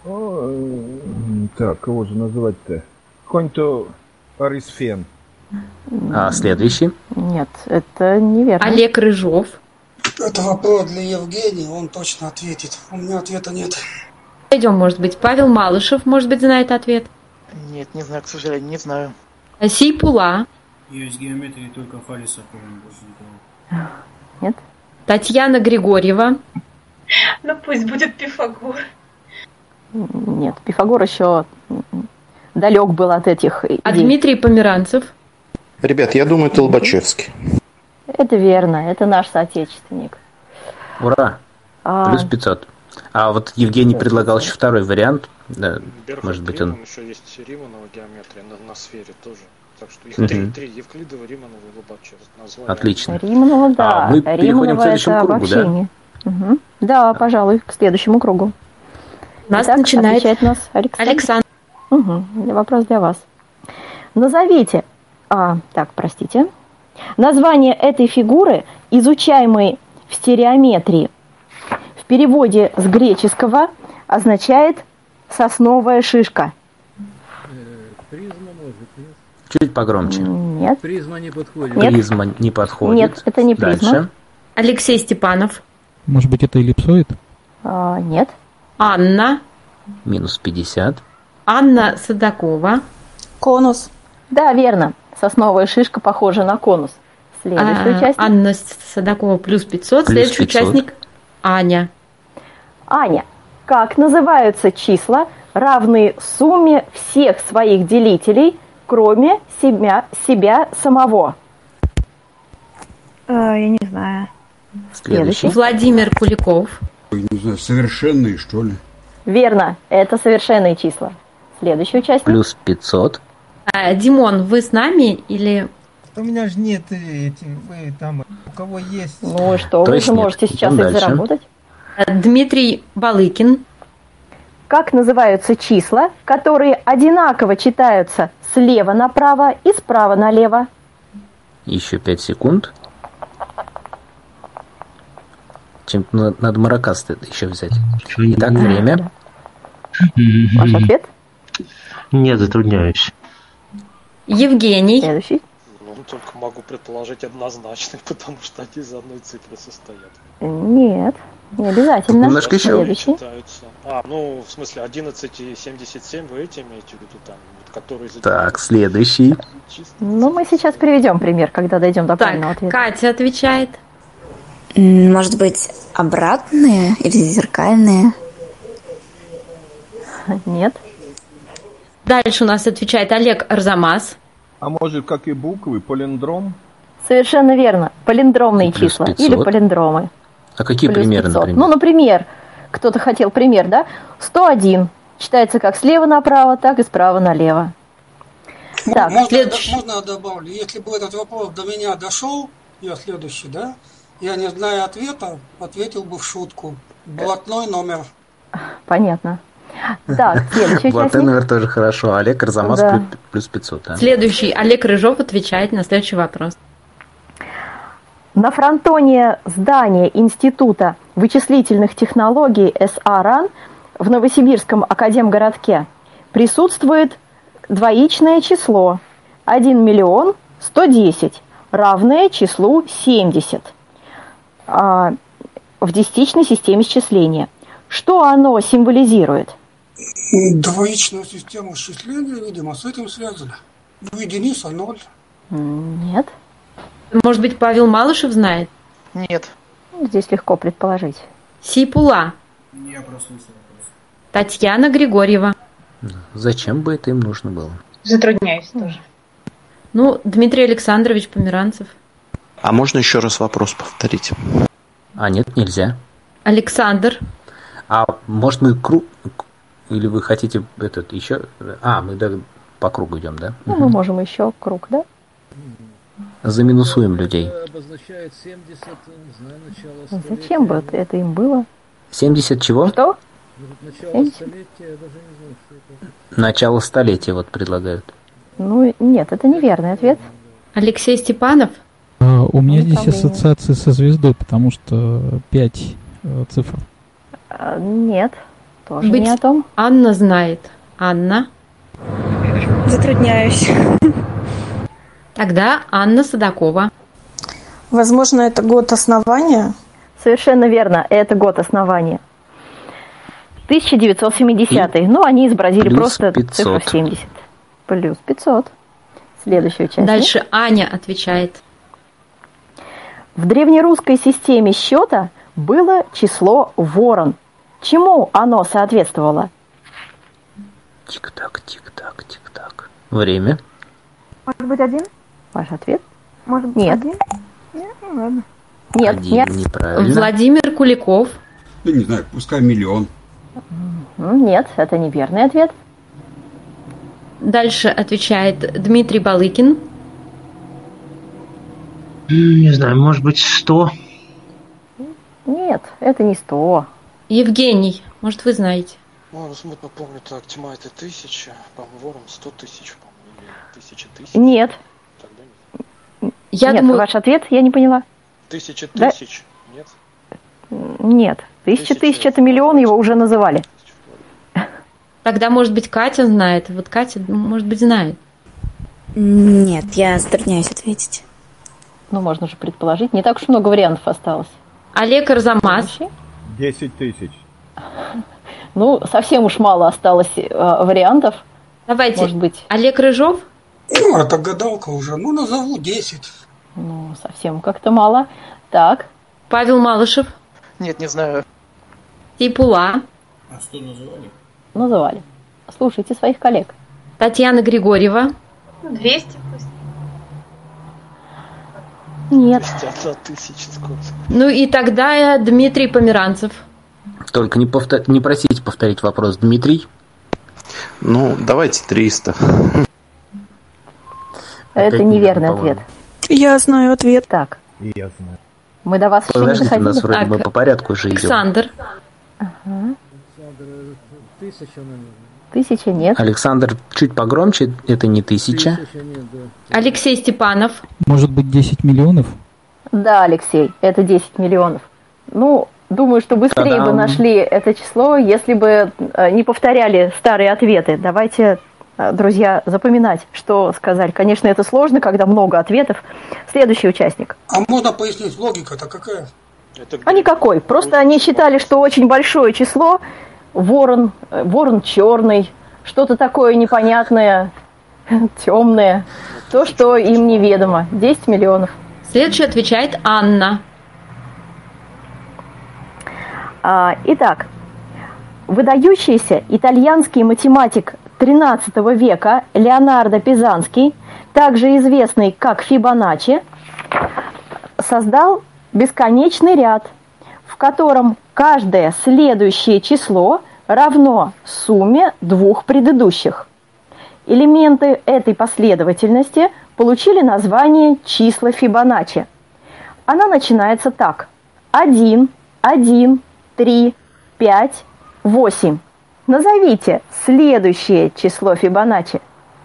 Так, кого же называть-то? Какой-нибудь Арисфен. Следующий. Нет, это неверно. Олег Рыжов. Это вопрос для Евгения, он точно ответит. У меня ответа нет. Пойдем, может быть, Павел Малышев, может быть, знает ответ. Нет, не знаю, к сожалению, не знаю. Сейпула. Я из геометрии только Фалиса помню, больше никого. Нет. Татьяна Григорьева. Ну пусть будет Пифагор. Нет, Пифагор еще далек был от этих идей. А Дмитрий Померанцев? Ребят, я думаю, это Лобачевский. Это верно, это наш соотечественник. Ура! Плюс 500. А вот Евгений предлагал еще второй вариант. Да, Берхард может быть, Риман, он... еще есть Риманова геометрия на сфере тоже. Так что их Мгм. три. Евклидова, Риманова и Лобачев. Название. Отлично. Риманова, да. Мы переходим к Риманова следующему это кругу, да? обобщение. Угу. Да, пожалуй, к следующему кругу. Нас Итак, начинает отвечает нас Александр. Александр. Угу. Вопрос для вас. Назовите, простите, название этой фигуры, изучаемой в стереометрии, в переводе с греческого означает «сосновая шишка». Призма может, нет? Чуть погромче. Нет. Призма не подходит. Нет. Призма не подходит. Нет, это не призма. Дальше. Алексей Степанов. Может быть, это эллипсоид? Нет. Анна. Минус 50. Анна Садакова. Конус. Да, верно. Сосновая шишка похожа на конус. Следующий участник. Анна Садакова плюс 500. Следующий 500. участник Аня. Аня, как называются числа, равные сумме всех своих делителей, кроме себя самого? Я не знаю. Следующий. Владимир Куликов. Не знаю, совершенные, что ли? Верно, это совершенные числа. Следующий участник. Плюс 500. Димон, вы с нами или... У меня же нет вы там, у кого есть. Ну и что, вы же можете сейчас их заработать. Дмитрий Балыкин. Как называются числа, которые одинаково читаются слева направо и справа налево? Еще 5 секунд. Чем-то надо маракас еще взять. Итак, время. Ваш ответ? Нет, затрудняюсь. Евгений. Следующий. Ну, только могу предположить однозначно, потому что они из одной цифры состоят. Нет, не обязательно. Немножко еще. Следующий. Ну, в смысле, 11 и 77 вы эти имеете в виду там, которые... Так, следующий. Ну, мы сейчас приведем пример, когда дойдем до правильного ответа. Катя отвечает. Может быть, обратные или зеркальные? Нет. Дальше у нас отвечает Олег Арзамас. А может, как и буквы, палиндром? Совершенно верно. Палиндромные Плюс числа 500. или палиндромы. А какие Плюс примеры, 500. например? Ну, например, кто-то хотел пример, да? 101 читается как слева направо, так и справа налево. Так, можно я следующий. добавлю? Если бы этот вопрос до меня дошел, я следующий, да? Я, не зная ответа, ответил бы в шутку. Блатной номер. Понятно. Так, следующий Блатной участник. номер тоже хорошо. Олег Арзамас Да. плюс 500. Да? Следующий Олег Рыжов отвечает на следующий вопрос. На фронтоне здания Института вычислительных технологий СА-РАН в Новосибирском академгородке присутствует двоичное число 1 миллион 110, равное числу 70 в десятичной системе счисления. Что оно символизирует? Двоичную систему счисления, видимо, с этим связано. В единица 0. Нет. Может быть, Павел Малышев знает? Нет. Здесь легко предположить. Сипула. Я прослушал вопрос. Татьяна Григорьева. Зачем бы это им нужно было? Затрудняюсь тоже. Ну, Дмитрий Александрович Померанцев. А можно еще раз вопрос повторить? А нет, нельзя. Александр. А может мы круг... Или вы хотите этот еще... мы по кругу идем, да? Ну, мы можем еще круг, да? Заминусуем людей. Обозначает 70, не знаю, начало столетия. Зачем бы это им было? 70 чего? Что? Начало 70? столетия, я даже не знаю, что это. Начало столетия вот предлагают. Ну, нет, это неверный ответ. Алексей Степанов. У меня здесь ассоциации со звездой, потому что 5 цифр. Нет, тоже Быть не о том. Анна знает. Анна. Затрудняюсь. Тогда Анна Садакова. Возможно, это год основания? Совершенно верно, это год основания. 1970-й. Ну, они изобразили плюс просто 500. цифру 70. Плюс 500. Следующий участник. Дальше Аня отвечает. В древнерусской системе счета было число ворон. Чему оно соответствовало? Тик-так, тик-так, тик-так. Время. Может быть, 1? Ваш ответ? Может быть, Нет. 1? Нет, ну ладно. Нет, Один, нет. неправильно. Владимир Куликов. Ну, не знаю, пускай 1 000 000. Нет, это неверный ответ. Дальше отвечает Дмитрий Балыкин. Не знаю, может быть 100? Нет, это не 100. Евгений, может, вы знаете? Ну, смутно помню, так, тьма это 1000, по-моему, ворон 100 тысяч, по-моему, или 1000 тысяч. Нет. Я нет, думаю... ваш ответ я не поняла. 1000 тысяч, нет? Нет, 1000 тысяч это миллион, его уже называли. Тогда, может быть, Катя знает. Вот Катя, может быть, знает. Нет, я затрудняюсь ответить. Ну, можно же предположить. Не так уж много вариантов осталось. Олег Арзамас. 10 тысяч. Ну, совсем уж мало осталось вариантов. Давайте. Может быть. Олег Рыжов? Ну, это гадалка уже. Ну, назову 10. Ну, совсем как-то мало. Так. Павел Малышев? Нет, не знаю. Тейпула? А что называли? Называли. Слушайте своих коллег. Татьяна Григорьева? 200 пусть. Нет. 201 тысяча сколько. Ну и тогда Дмитрий Померанцев. Только не просите повторить вопрос, Дмитрий. Ну, давайте 300. Это неверный ответ. Я знаю ответ. Так. И я знаю. Мы до вас еще не Подождите, у доходили. нас вроде бы по порядку уже идем. Александр. Ага. 1000, наверное. 1000 нет. Александр, чуть погромче, это не 1000. 1000 нет, да. Алексей Степанов. Может быть, 10 миллионов? Да, Алексей, это 10 миллионов. Ну, думаю, что быстрее Та-дам. бы нашли это число, если бы не повторяли старые ответы. Давайте, друзья, запоминать, что сказали. Конечно, это сложно, когда много ответов. Следующий участник. А можно пояснить, логика-то какая? А никакой. Просто они считали, что очень большое число. Ворон черный, что-то такое непонятное, темное. То, что им неведомо. 10 миллионов. Следующий отвечает Анна. Итак, выдающийся итальянский математик XIII века Леонардо Пизанский, также известный как Фибоначчи, создал бесконечный ряд, в котором каждое следующее число равно сумме двух предыдущих. Элементы этой последовательности получили название числа Фибоначчи. Она начинается так. 1, 1, 3, 5, 8. Назовите следующее число Фибоначчи.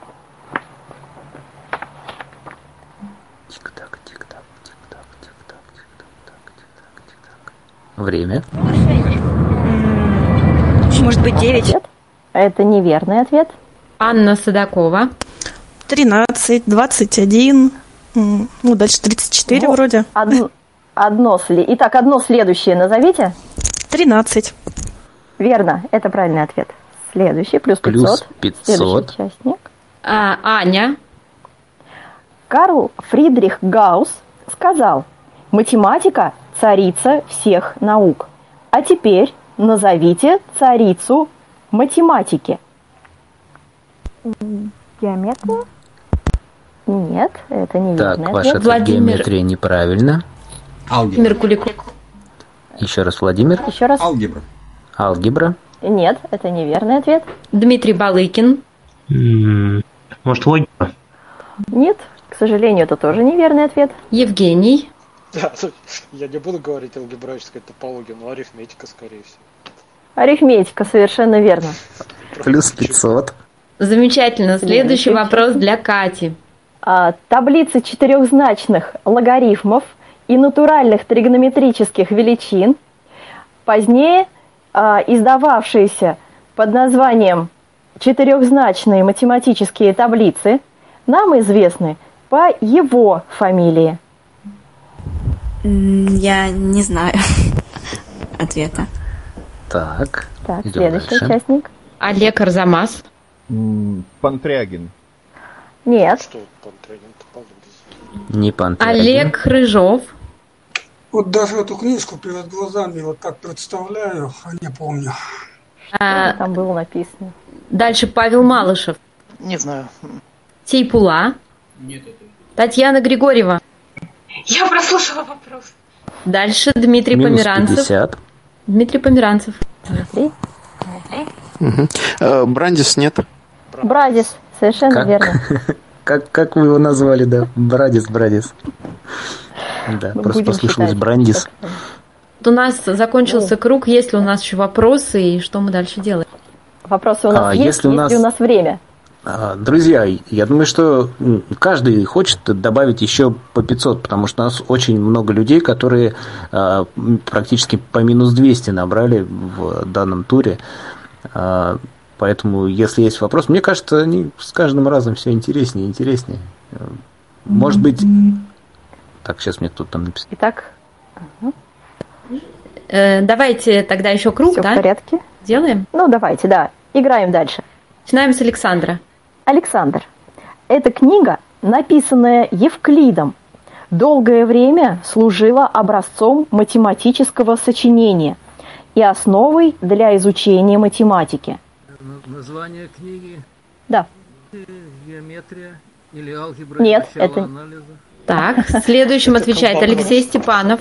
Тик-так, тик-так, тик-так, тик-так, тик-так, тик-так, тик-так. Время. Может быть, 9? Это неверный ответ. Анна Садакова. 13, 21, ну, дальше 34 вроде. Итак, одно следующее назовите. 13. Верно, это правильный ответ. Следующий, плюс 500. Плюс 500. Следующий участник. Аня. Карл Фридрих Гаусс сказал: математика – царица всех наук. А теперь назовите царицу математики. Геометрия? Нет, это неверный Так, ваш ответ. ответ геометрия неправильно. Владимир Куликов. Еще раз, Владимир. Еще раз. Алгебра. Алгебра. Нет, это неверный ответ. Дмитрий Балыкин. Может, логика? Нет, к сожалению, это тоже неверный ответ. Евгений. Да, я не буду говорить алгебраическая топология, но арифметика, скорее всего. Арифметика, совершенно верно. Плюс 500. Замечательно. Следующий вопрос для Кати. Таблицы четырехзначных логарифмов и натуральных тригонометрических величин, позднее издававшиеся под названием четырехзначные математические таблицы, нам известны по его фамилии. Я не знаю ответа. Так, следующий дальше. участник. Олег Арзамас. Пантрягин. Нет. Что Пантрягин? Не Пантрягин. Олег Рыжов. Вот даже эту книжку перед глазами вот так представляю, а не помню. Там было написано. Дальше Павел Малышев. Не знаю. Тейпула. Нет, это... Татьяна Григорьева. Я прослушала вопрос. Дальше Дмитрий Минус Померанцев. 50. Дмитрий Померанцев. Дмитрий. Брандис нет. Брадис, совершенно верно. Как вы его назвали, да? Брадис. Да, просто послышалось Брандис. У нас закончился круг. Есть ли у нас еще вопросы и что мы дальше делаем? Вопросы у нас есть ли у нас время? Друзья, я думаю, что каждый хочет добавить еще по 500, потому что у нас очень много людей, которые практически по минус 200 набрали в данном туре. Поэтому, если есть вопрос, мне кажется, они с каждым разом все интереснее и интереснее. Может быть... Так, сейчас мне кто-то там написал. Итак. Давайте тогда еще круг, Всё да? в порядке? Делаем? Ну, давайте, да. Играем дальше. Начинаем с Александра. Александр. Эта книга, написанная Евклидом, долгое время служила образцом математического сочинения и основой для изучения математики. Название книги? Да. Геометрия или алгебра? Нет, начало это... анализа? Так, следующим отвечает Алексей Степанов.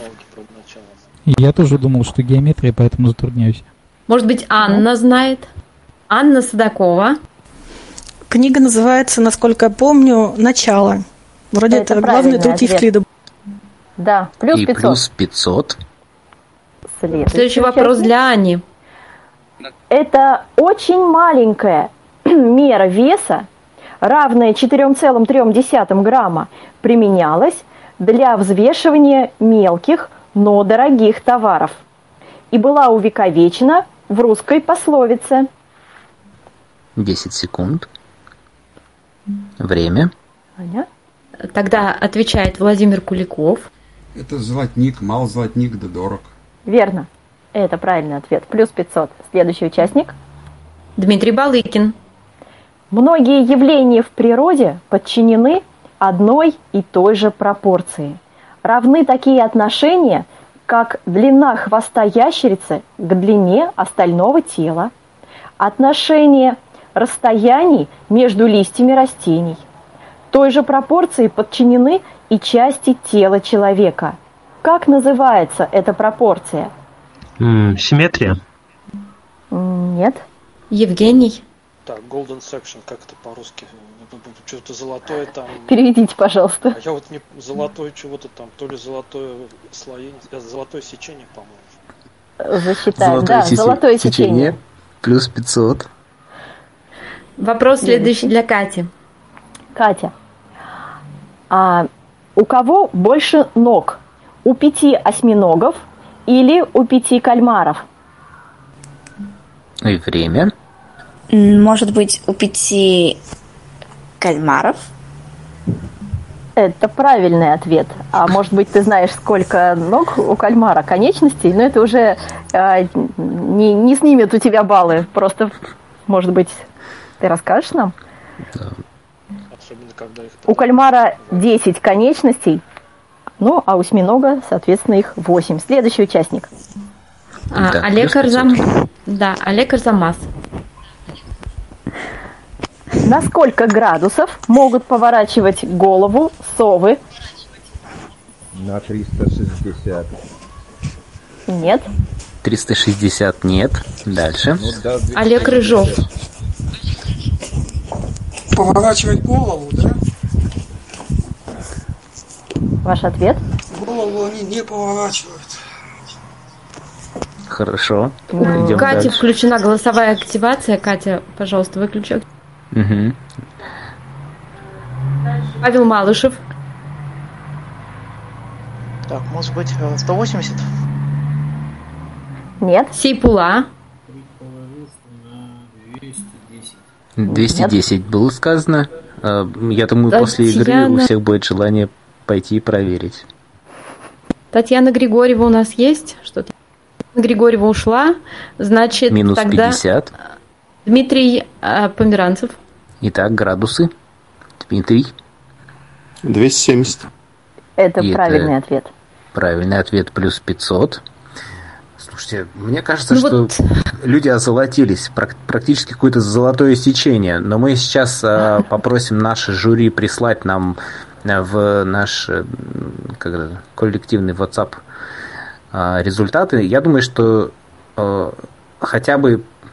Я тоже думал, что геометрия, поэтому затрудняюсь. Может быть, Анна знает? Анна Садакова. Книга называется, насколько я помню, «Начало». Вроде это главный труд Евклида. Да, плюс 500. И плюс 500. Следующий вопрос для Ани. Это очень маленькая мера веса, равная 4,3 грамма, применялась для взвешивания мелких, но дорогих товаров и была увековечена в русской пословице. 10 секунд. Время. Аня? Тогда отвечает Владимир Куликов. Это золотник, мал золотник, да дорог. Верно. Это правильный ответ. Плюс 500. Следующий участник. Дмитрий Балыкин. Многие явления в природе подчинены одной и той же пропорции. Равны такие отношения, как длина хвоста ящерицы к длине остального тела, отношение расстояний между листьями растений. Той же пропорции подчинены и части тела человека. Как называется эта пропорция? Симметрия. Нет. Евгений. Так, golden section, как это по-русски? Что-то золотое там. Переведите, пожалуйста. А я вот не золотое чего-то там, то ли золотое слоение, золотое сечение, по-моему. Засчитаем, золотое сечение. Плюс 500. Вопрос следующий для Кати. Катя, у кого больше ног? У 5 осьминогов или у 5 кальмаров? И время. Может быть, у 5 кальмаров? Это правильный ответ. А может быть, ты знаешь, сколько ног у кальмара, конечностей? Но это уже не снимет у тебя баллы. Просто, может быть, ты расскажешь нам? Да. Особенно, когда их... У кальмара 10 конечностей, ну, а у осьминога, соответственно, их 8. Следующий участник. Олег Арзамас. На сколько градусов могут поворачивать голову совы? На 360. Нет. 360 нет. Дальше. Олег Рыжов. Поворачивать голову, да? Ваш ответ? Голову они не поворачивают. Хорошо. У Кати включена голосовая активация. Катя, пожалуйста, выключи. Угу. Павел Малышев. Так, может быть, 180? Нет. Сейпула. 210 было сказано. Я думаю, после игры у всех будет желание пойти и проверить. Татьяна Григорьева у нас есть? Что-то? Григорьева ушла. Значит, минус тогда 50. Дмитрий Померанцев. Итак, градусы. Дмитрий. 270. Это правильный ответ. Правильный ответ плюс 500. Слушайте, мне кажется, что люди озолотились. Практически какое-то золотое сечение. Но мы сейчас попросим наше жюри прислать нам в наш коллективный WhatsApp результаты. Я думаю, что хотя бы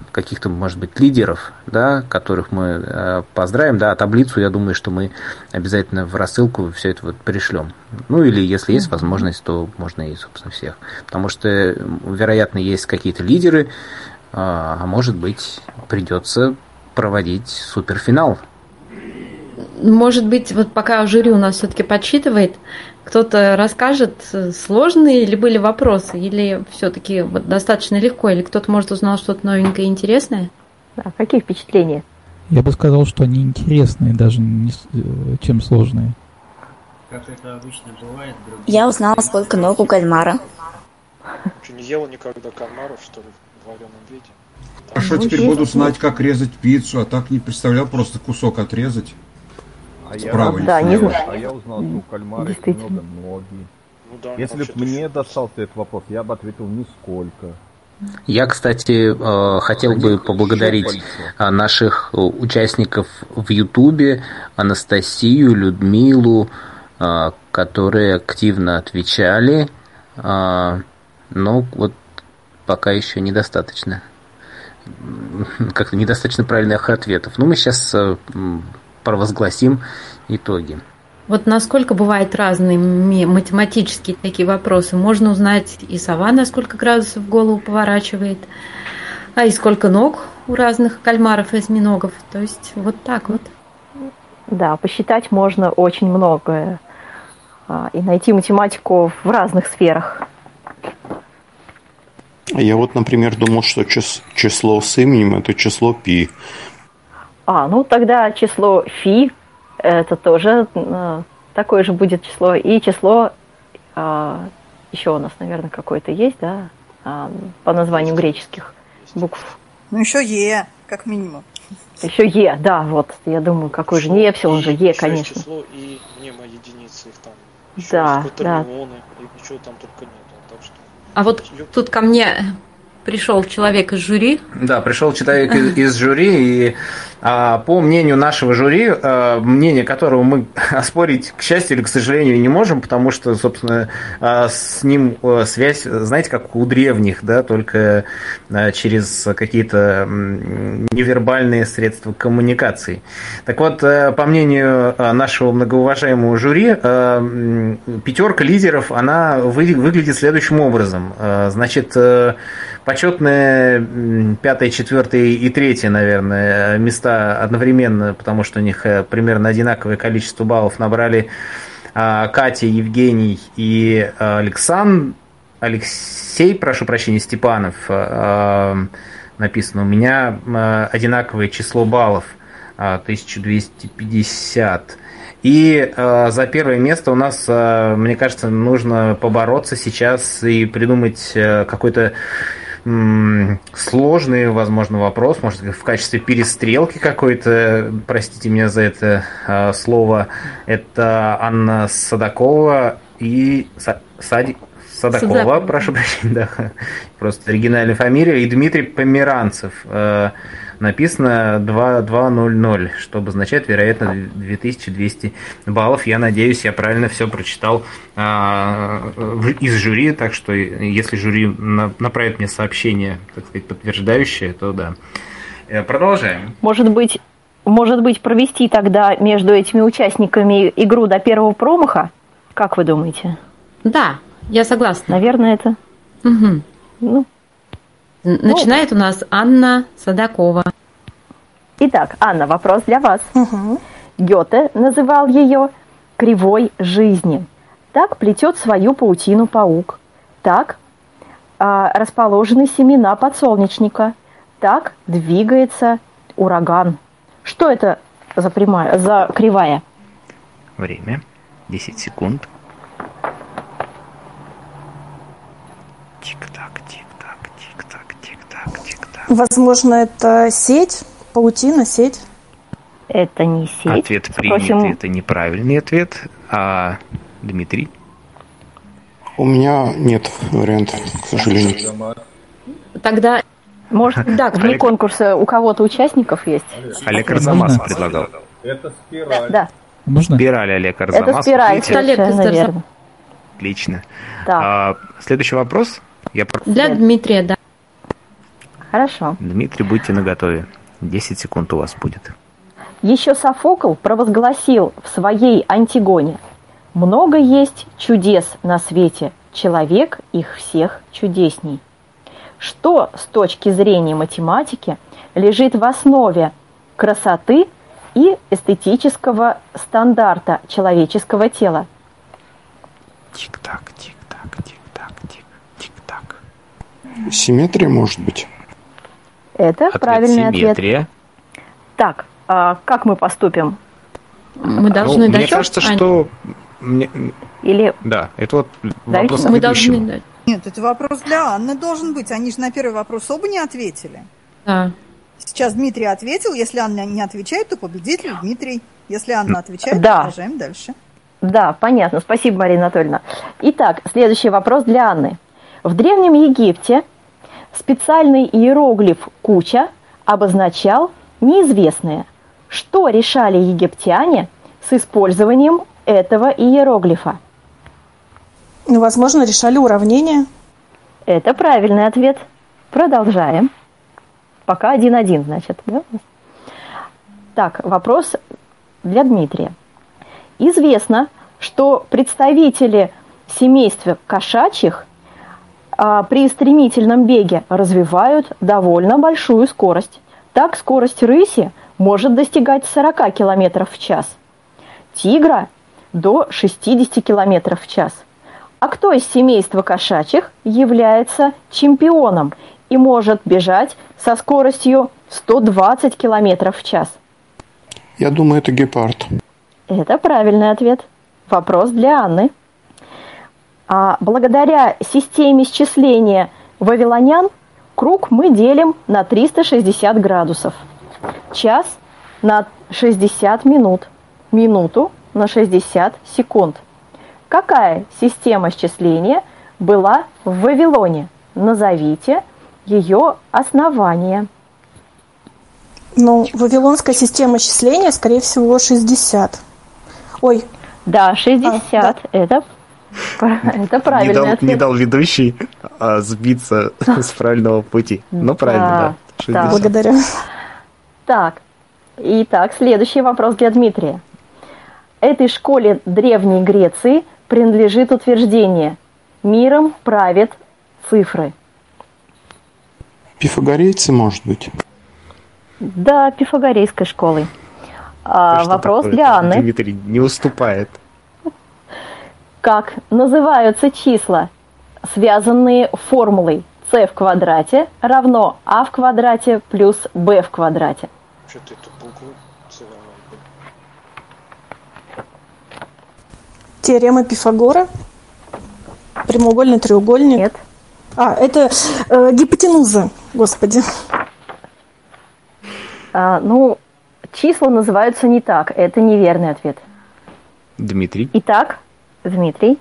каких-то, может быть, лидеров, да, которых мы поздравим, да, а таблицу, я думаю, что мы обязательно в рассылку все это вот пришлем. Ну, или если есть возможность, то можно и, собственно, всех. Потому что, вероятно, есть какие-то лидеры, а может быть, придется проводить суперфинал. Может быть, вот пока жюри у нас все-таки подсчитывает, кто-то расскажет, сложные ли были вопросы, или все-таки вот достаточно легко, или кто-то, может, узнал что-то новенькое и интересное? А какие впечатления? Я бы сказал, что они интересные, даже не, чем сложные. Как это обычно бывает, Я узнала, сколько ног у кальмара. Что, не ела никогда кальмаров, что ли, в вареном виде? А что теперь буду знать, как резать пиццу, а так не представлял просто кусок отрезать. Справа я узнал, что у кальмара есть много ноги. Ну, да, если бы мне достался этот вопрос, я бы ответил нисколько. Я, кстати, хотел бы поблагодарить наших участников в Ютубе, Анастасию, Людмилу, которые активно отвечали, но вот пока еще недостаточно. Как-то недостаточно правильных ответов. Но мы сейчас провозгласим итоги. Вот насколько бывают разные математические такие вопросы. Можно узнать и сова, на сколько градусов голову поворачивает, а и сколько ног у разных кальмаров и осьминогов. То есть вот так вот. Да, посчитать можно очень многое. И найти математику в разных сферах. Я вот, например, думал, что число с именем – это число π. Ну тогда число φ это тоже такое же будет число. И число еще у нас, наверное, какое-то есть, да, по названию греческих букв. Ну еще Е, как минимум. Еще Е, да, вот. Я думаю, какой же не Эпсилон же, Е, конечно. Число и мнемо единицы их там. Да, да. И ничего там только нет. Так что... А вот тут ко мне пришел человек из жюри. Да, пришел человек из жюри, и по мнению нашего жюри, мнение которого мы оспорить, к счастью или к сожалению, не можем, потому что, собственно, с ним связь, знаете, как у древних, да, только через какие-то невербальные средства коммуникации. Так вот, по мнению нашего многоуважаемого жюри, пятерка лидеров, она выглядит следующим образом. Значит, почетные 5, 4 и 3, наверное, места одновременно, потому что у них примерно одинаковое количество баллов набрали Катя, Евгений и Алексей, прошу прощения, Степанов. Написано у меня одинаковое число баллов, 1250. И за первое место у нас, мне кажется, нужно побороться сейчас и придумать какой-то сложный, возможно, вопрос, может, в качестве перестрелки какой-то, простите меня за это слово, это Анна Садакова и Садакова, прошу прощения, да, просто оригинальная фамилия, и Дмитрий Померанцев. Написано 2200, что обозначает, вероятно, 2200 баллов. Я надеюсь, я правильно все прочитал из жюри, так что если жюри направит мне сообщение, так сказать, подтверждающее, то да. Продолжаем. Может быть, провести тогда между этими участниками игру до первого промаха? Как вы думаете? Да, я согласна. Наверное, это... Угу. Начинает у нас Анна Садакова. Итак, Анна, вопрос для вас. Гёте называл ее кривой жизни. Так плетет свою паутину паук. Так расположены семена подсолнечника. Так двигается ураган. Что это за кривая? Время. 10 секунд. Тик-так, тик-так, тик-так, тик-так, тик-так. Возможно, это сеть, паутина, сеть. Это не сеть. Ответ принят, это неправильный ответ. А Дмитрий? У меня нет вариантов, к сожалению. Тогда, может, да, вне конкурса у кого-то участников есть. Олег Арзамас предлагал. Это спираль. Да. Можно? Спираль, Олег Арзамас. Это спираль, совершенно верно. Отлично. Да. Следующий вопрос. Для Дмитрия, да. Хорошо. Дмитрий, будьте наготове. 10 секунд у вас будет. Еще Софокл провозгласил в своей Антигоне: «Много есть чудес на свете, человек их всех чудесней». Что с точки зрения математики лежит в основе красоты и эстетического стандарта человеческого тела? Тик-так, тик-так, тик-так, тик-так. Симметрия, может быть? Это правильный ответ. Так, как мы поступим? Мы должны дать. Мне кажется, что... Или... Да, это вот вопрос к мы ведущему. должны дать. Нет, это вопрос для Анны должен быть. Они же на первый вопрос оба не ответили. Да. Сейчас Дмитрий ответил. Если Анна не отвечает, то победитель Дмитрий. Если Анна отвечает, да. Продолжаем дальше. Да, понятно. Спасибо, Марина Анатольевна. Итак, следующий вопрос для Анны. В Древнем Египте специальный иероглиф «куча» обозначал неизвестное. Что решали египтяне с использованием этого иероглифа? Возможно, решали уравнения. Это правильный ответ. Продолжаем. Пока 1-1, значит. Да? Так, вопрос для Дмитрия. Известно, что представители семейства кошачьих при стремительном беге развивают довольно большую скорость. Так, скорость рыси может достигать 40 км в час, тигра – до 60 км в час. А кто из семейства кошачьих является чемпионом и может бежать со скоростью 120 км в час? Я думаю, это гепард. Это правильный ответ. Вопрос для Анны. Благодаря системе счисления вавилонян круг мы делим на 360 градусов. Час на 60 минут. Минуту на 60 секунд. Какая система счисления была в Вавилоне? Назовите ее основание. Ну, вавилонская система счисления, скорее всего, 60. Ой. Да, 60. Да. Это правильный ответ. Не дал ведущий сбиться с правильного пути. Ну, правильно, да. 60. Да. Благодарю. Так, итак, следующий вопрос для Дмитрия. Этой школе Древней Греции принадлежит утверждение: миром правят цифры. Пифагорейцы, может быть? Да, пифагорейской школой. Вопрос такое? Для Анны. Дмитрий не уступает. Как называются числа, связанные формулой c в квадрате равно a в квадрате плюс b в квадрате? Что-то эту букву Теорема Пифагора. Прямоугольный треугольник. Нет. Это гипотенуза, господи. Числа называются не так. Это неверный ответ. Дмитрий. Итак, Дмитрий.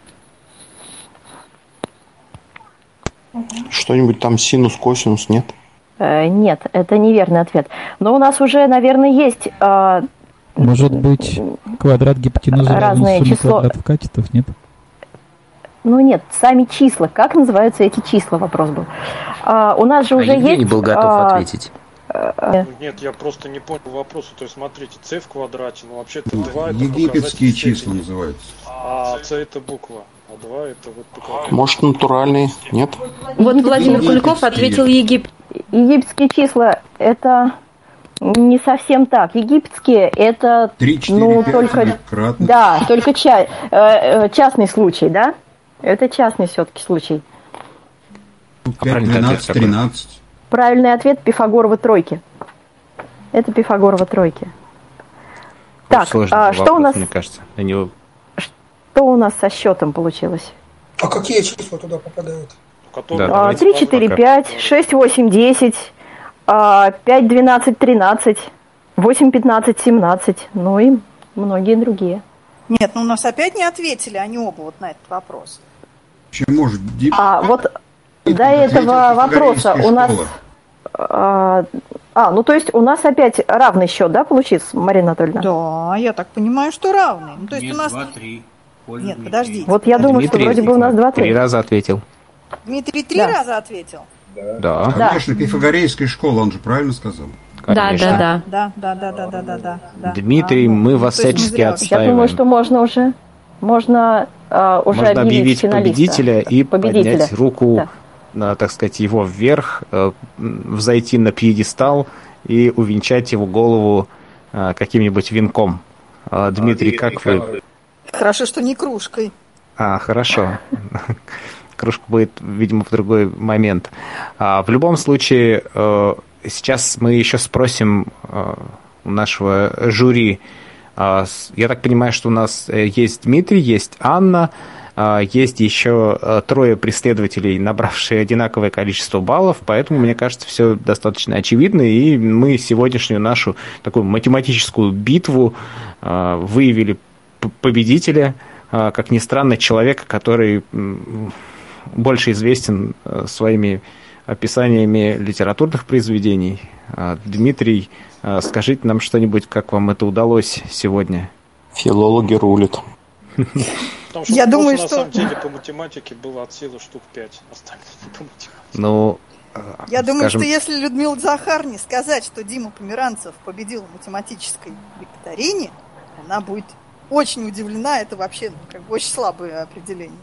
Что-нибудь там синус, косинус, нет? Нет, это неверный ответ. Но у нас уже, наверное, есть... Может быть, квадрат гипотенузы разное равен сумме число... квадратов катетов, нет? Ну нет, сами числа. Как называются эти числа? Вопрос был. У нас же уже Евгений есть... был готов ответить. Нет, я просто не понял вопроса. То есть, смотрите, c в квадрате, но вообще-то 2 это египетские числа называются. А c это буква, а 2 это вот такая. Может, натуральные, нет? Вот Владимир Куликов ответил Египетские числа это не совсем так. Египетские это 3, 4, 5, только кратно. да, только частный случай, да? Это частный все-таки случай. 5, 12, 13. Правильный ответ – Пифагоровы тройки. Это Пифагоровы тройки. Так, что вопрос, у нас? Мне кажется, что у нас со счетом получилось? А какие числа туда попадают? 3, 4, 5, 6, 8, 10, 5, 12, 13, 8, 15, 17, ну и многие другие. Нет, у нас опять не ответили, они оба вот на этот вопрос. Почему же? Вот до этого вопроса у нас... то есть у нас опять равный счет, да, получится, Марина Анатольевна? Да, я так понимаю, что равный. То есть нет, у нас... 2-3. Нет, подождите. Вот я думаю, что вроде бы у нас 2-3. 3 раза ответил. Дмитрий 3 раза ответил? Да. Конечно, пифагорейская школа, он же правильно сказал. Конечно. Да. Дмитрий, мы вас всячески отстаиваем. Я думаю, что можно объявить победителя и поднять руку, да. Так сказать, его вверх, взойти на пьедестал и увенчать его голову каким-нибудь венком. Дмитрий, как вы? Хорошо, что не кружкой. Хорошо. Кружка будет, видимо, в другой момент. В любом случае, сейчас мы еще спросим у нашего жюри. Я так понимаю, что у нас есть Дмитрий, есть Анна, есть еще 3 преследователей, набравшие одинаковое количество баллов, поэтому, мне кажется, все достаточно очевидно, и мы сегодняшнюю нашу такую математическую битву выявили победителя, как ни странно, человека, который больше известен своими описаниями литературных произведений. Дмитрий, скажите нам что-нибудь, как вам это удалось сегодня? Филологи рулят. Я думаю, что... На самом деле по математике было от силы штук 5, остальные по математике. Я думаю, что если Людмила Захарне сказать, что Дима Померанцев победил в математической викторине, она будет очень удивлена. Это вообще очень слабое определение.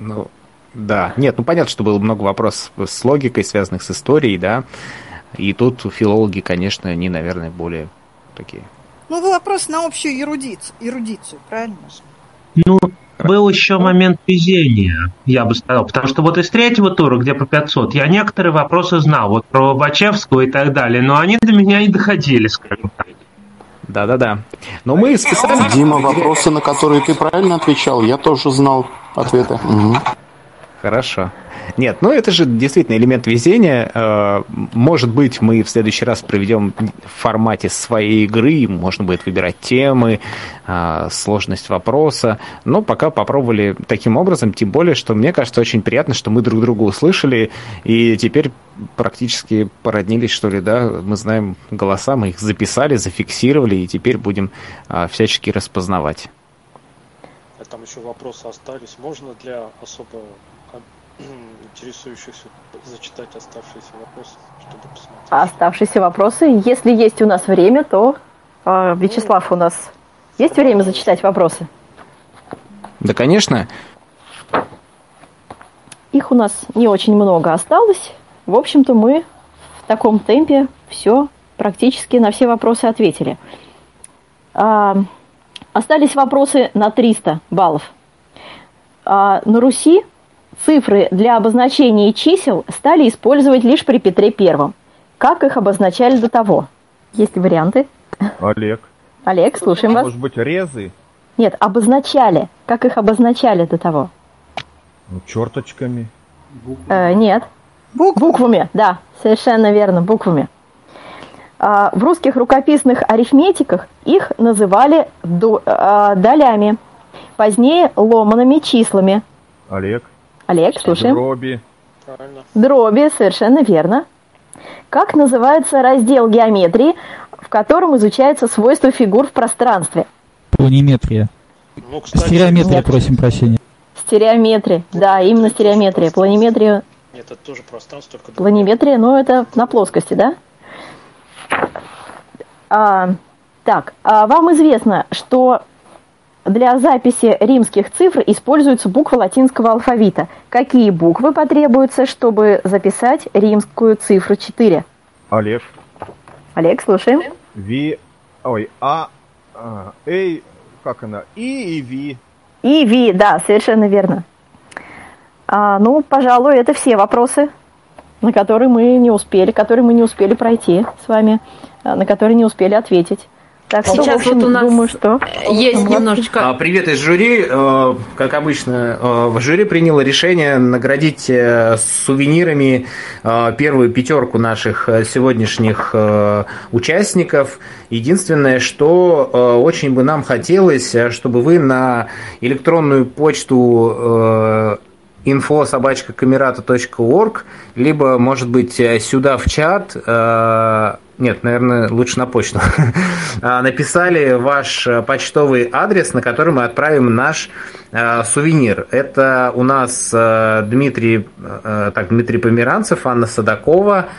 Да. Нет, понятно, что было много вопросов с логикой, связанных с историей, да. И тут филологи, конечно, они, наверное, более такие. Вопрос на общую эрудицию, правильно? Был еще момент везения, я бы сказал. Потому что из 3-го тура, где по 500, я некоторые вопросы знал. Про Бачевского и так далее. Но они до меня не доходили, скажем так. Да. Но мы специально... Дима, вопросы, на которые ты правильно отвечал, я тоже знал ответы. Угу. Хорошо. Нет, это же действительно элемент везения. Может быть, мы в следующий раз проведем в формате своей игры, можно будет выбирать темы, сложность вопроса, но пока попробовали таким образом, тем более, что мне кажется очень приятно, что мы друг друга услышали, и теперь практически породнились, что ли, да, мы знаем голоса, мы их записали, зафиксировали, и теперь будем всячески распознавать. Там еще вопросы остались. Можно для особо интересующихся зачитать оставшиеся вопросы, чтобы посмотреть? Оставшиеся вопросы. Если есть у нас время, то, Вячеслав, у нас есть время зачитать вопросы? Да, конечно. Их у нас не очень много осталось. В общем-то, мы в таком темпе практически на все вопросы ответили. Остались вопросы на 300 баллов. На Руси цифры для обозначения чисел стали использовать лишь при Петре I. Как их обозначали до того? Есть ли варианты? Олег, слушаем вас. Может быть, резы? Нет, обозначали. Как их обозначали до того? Черточками. Нет. Буквами, да, совершенно верно, буквами. В русских рукописных арифметиках их называли долями, позднее ломаными числами. Олег, слушаем. Дроби. Дроби, совершенно верно. Как называется раздел геометрии, в котором изучаются свойства фигур в пространстве? Планиметрия. Стереометрия, просим прощения. Стереометрия, да, именно стереометрия. Планиметрия. Нет, это тоже пространство, только... Планиметрия, это на плоскости, да? Вам известно, что для записи римских цифр используются буквы латинского алфавита. Какие буквы потребуются, чтобы записать римскую цифру 4? Олег, слушаем. как она? И V. И V, да, совершенно верно. Пожалуй, это все вопросы, на которые мы не успели пройти с вами, на которые не успели ответить. Так что, сейчас в общем, у нас думаю, что... есть немножечко... Привет из жюри. Как обычно, жюри приняло решение наградить сувенирами первую 5 наших сегодняшних участников. Единственное, что очень бы нам хотелось, чтобы вы на электронную почту info@camerata.org, либо, может быть, сюда в чат Нет, наверное, лучше на почту. Написали ваш почтовый адрес, на который мы отправим наш сувенир. Это у нас Дмитрий Померанцев, Анна Садакова,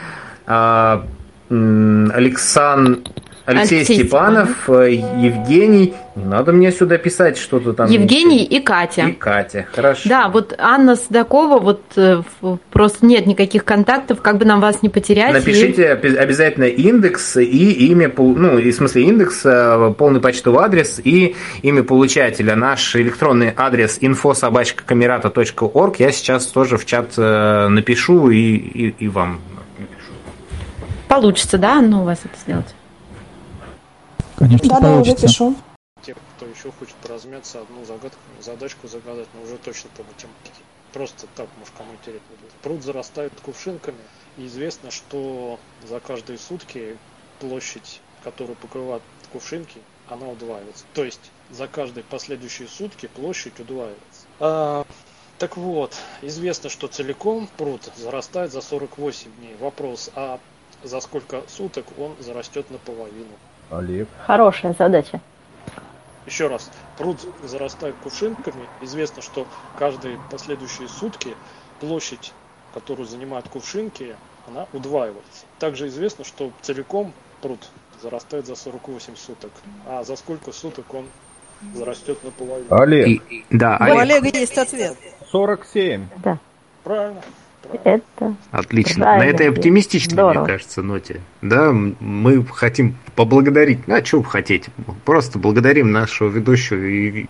Алексей Степанов, Евгений. Не надо мне сюда писать что-то там. Евгений и Катя. И Катя, хорошо. Да, вот Анна Садакова, вот просто нет никаких контактов, как бы нам вас не потерять. Напишите обязательно индекс и имя, в смысле индекс, полный почтовый адрес и имя получателя. Наш электронный адрес info@camerata.org я сейчас тоже в чат напишу и вам напишу. Получится, да, Анна, у вас это сделать? Конечно, да, получится. Да, уже пишу. Те, кто еще хочет поразмяться, одну задачку загадать, но уже точно по математике. Просто так, может, кому интересно будет. Пруд зарастает кувшинками, и известно, что за каждые сутки площадь, которую покрывают кувшинки, она удваивается. То есть за каждые последующие сутки площадь удваивается. Так вот, известно, что целиком пруд зарастает за 48 дней. Вопрос, а за сколько суток он зарастет наполовину? Олег. Хорошая задача. Еще раз, пруд зарастает кувшинками. Известно, что каждые последующие сутки площадь, которую занимают кувшинки, она удваивается. Также известно, что целиком пруд зарастает за 48 суток. А за сколько суток он зарастет наполовину? Олег. Да, Олег. У Олега есть ответ. 47. Да. Правильно. Это отлично. правильно. На этой оптимистичной, Здорово. мне кажется, ноте. Да, мы хотим поблагодарить. Что вы хотите? Просто благодарим нашего ведущего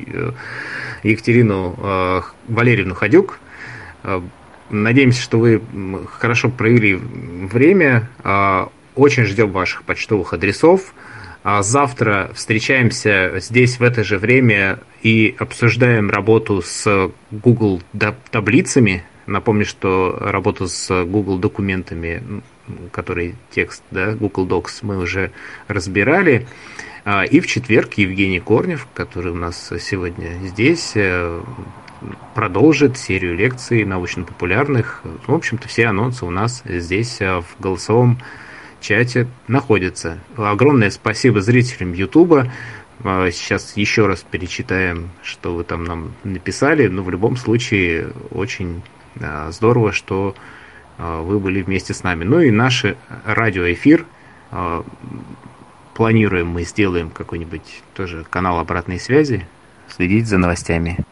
Екатерину Валерьевну Ходюк. Надеемся, что вы хорошо провели время. Очень ждем ваших почтовых адресов. Завтра встречаемся здесь в это же время и обсуждаем работу с Google таблицами. Напомню, что работу с Google документами, который текст, да, Google Docs, мы уже разбирали. И в четверг Евгений Корнев, который у нас сегодня здесь, продолжит серию лекций научно-популярных. В общем-то, все анонсы у нас здесь в голосовом чате находятся. Огромное спасибо зрителям Ютуба. Сейчас еще раз перечитаем, что вы там нам написали. Но в любом случае очень здорово, что вы были вместе с нами. Ну и наш радиоэфир. Планируем, мы сделаем какой-нибудь тоже канал обратной связи. Следить за новостями.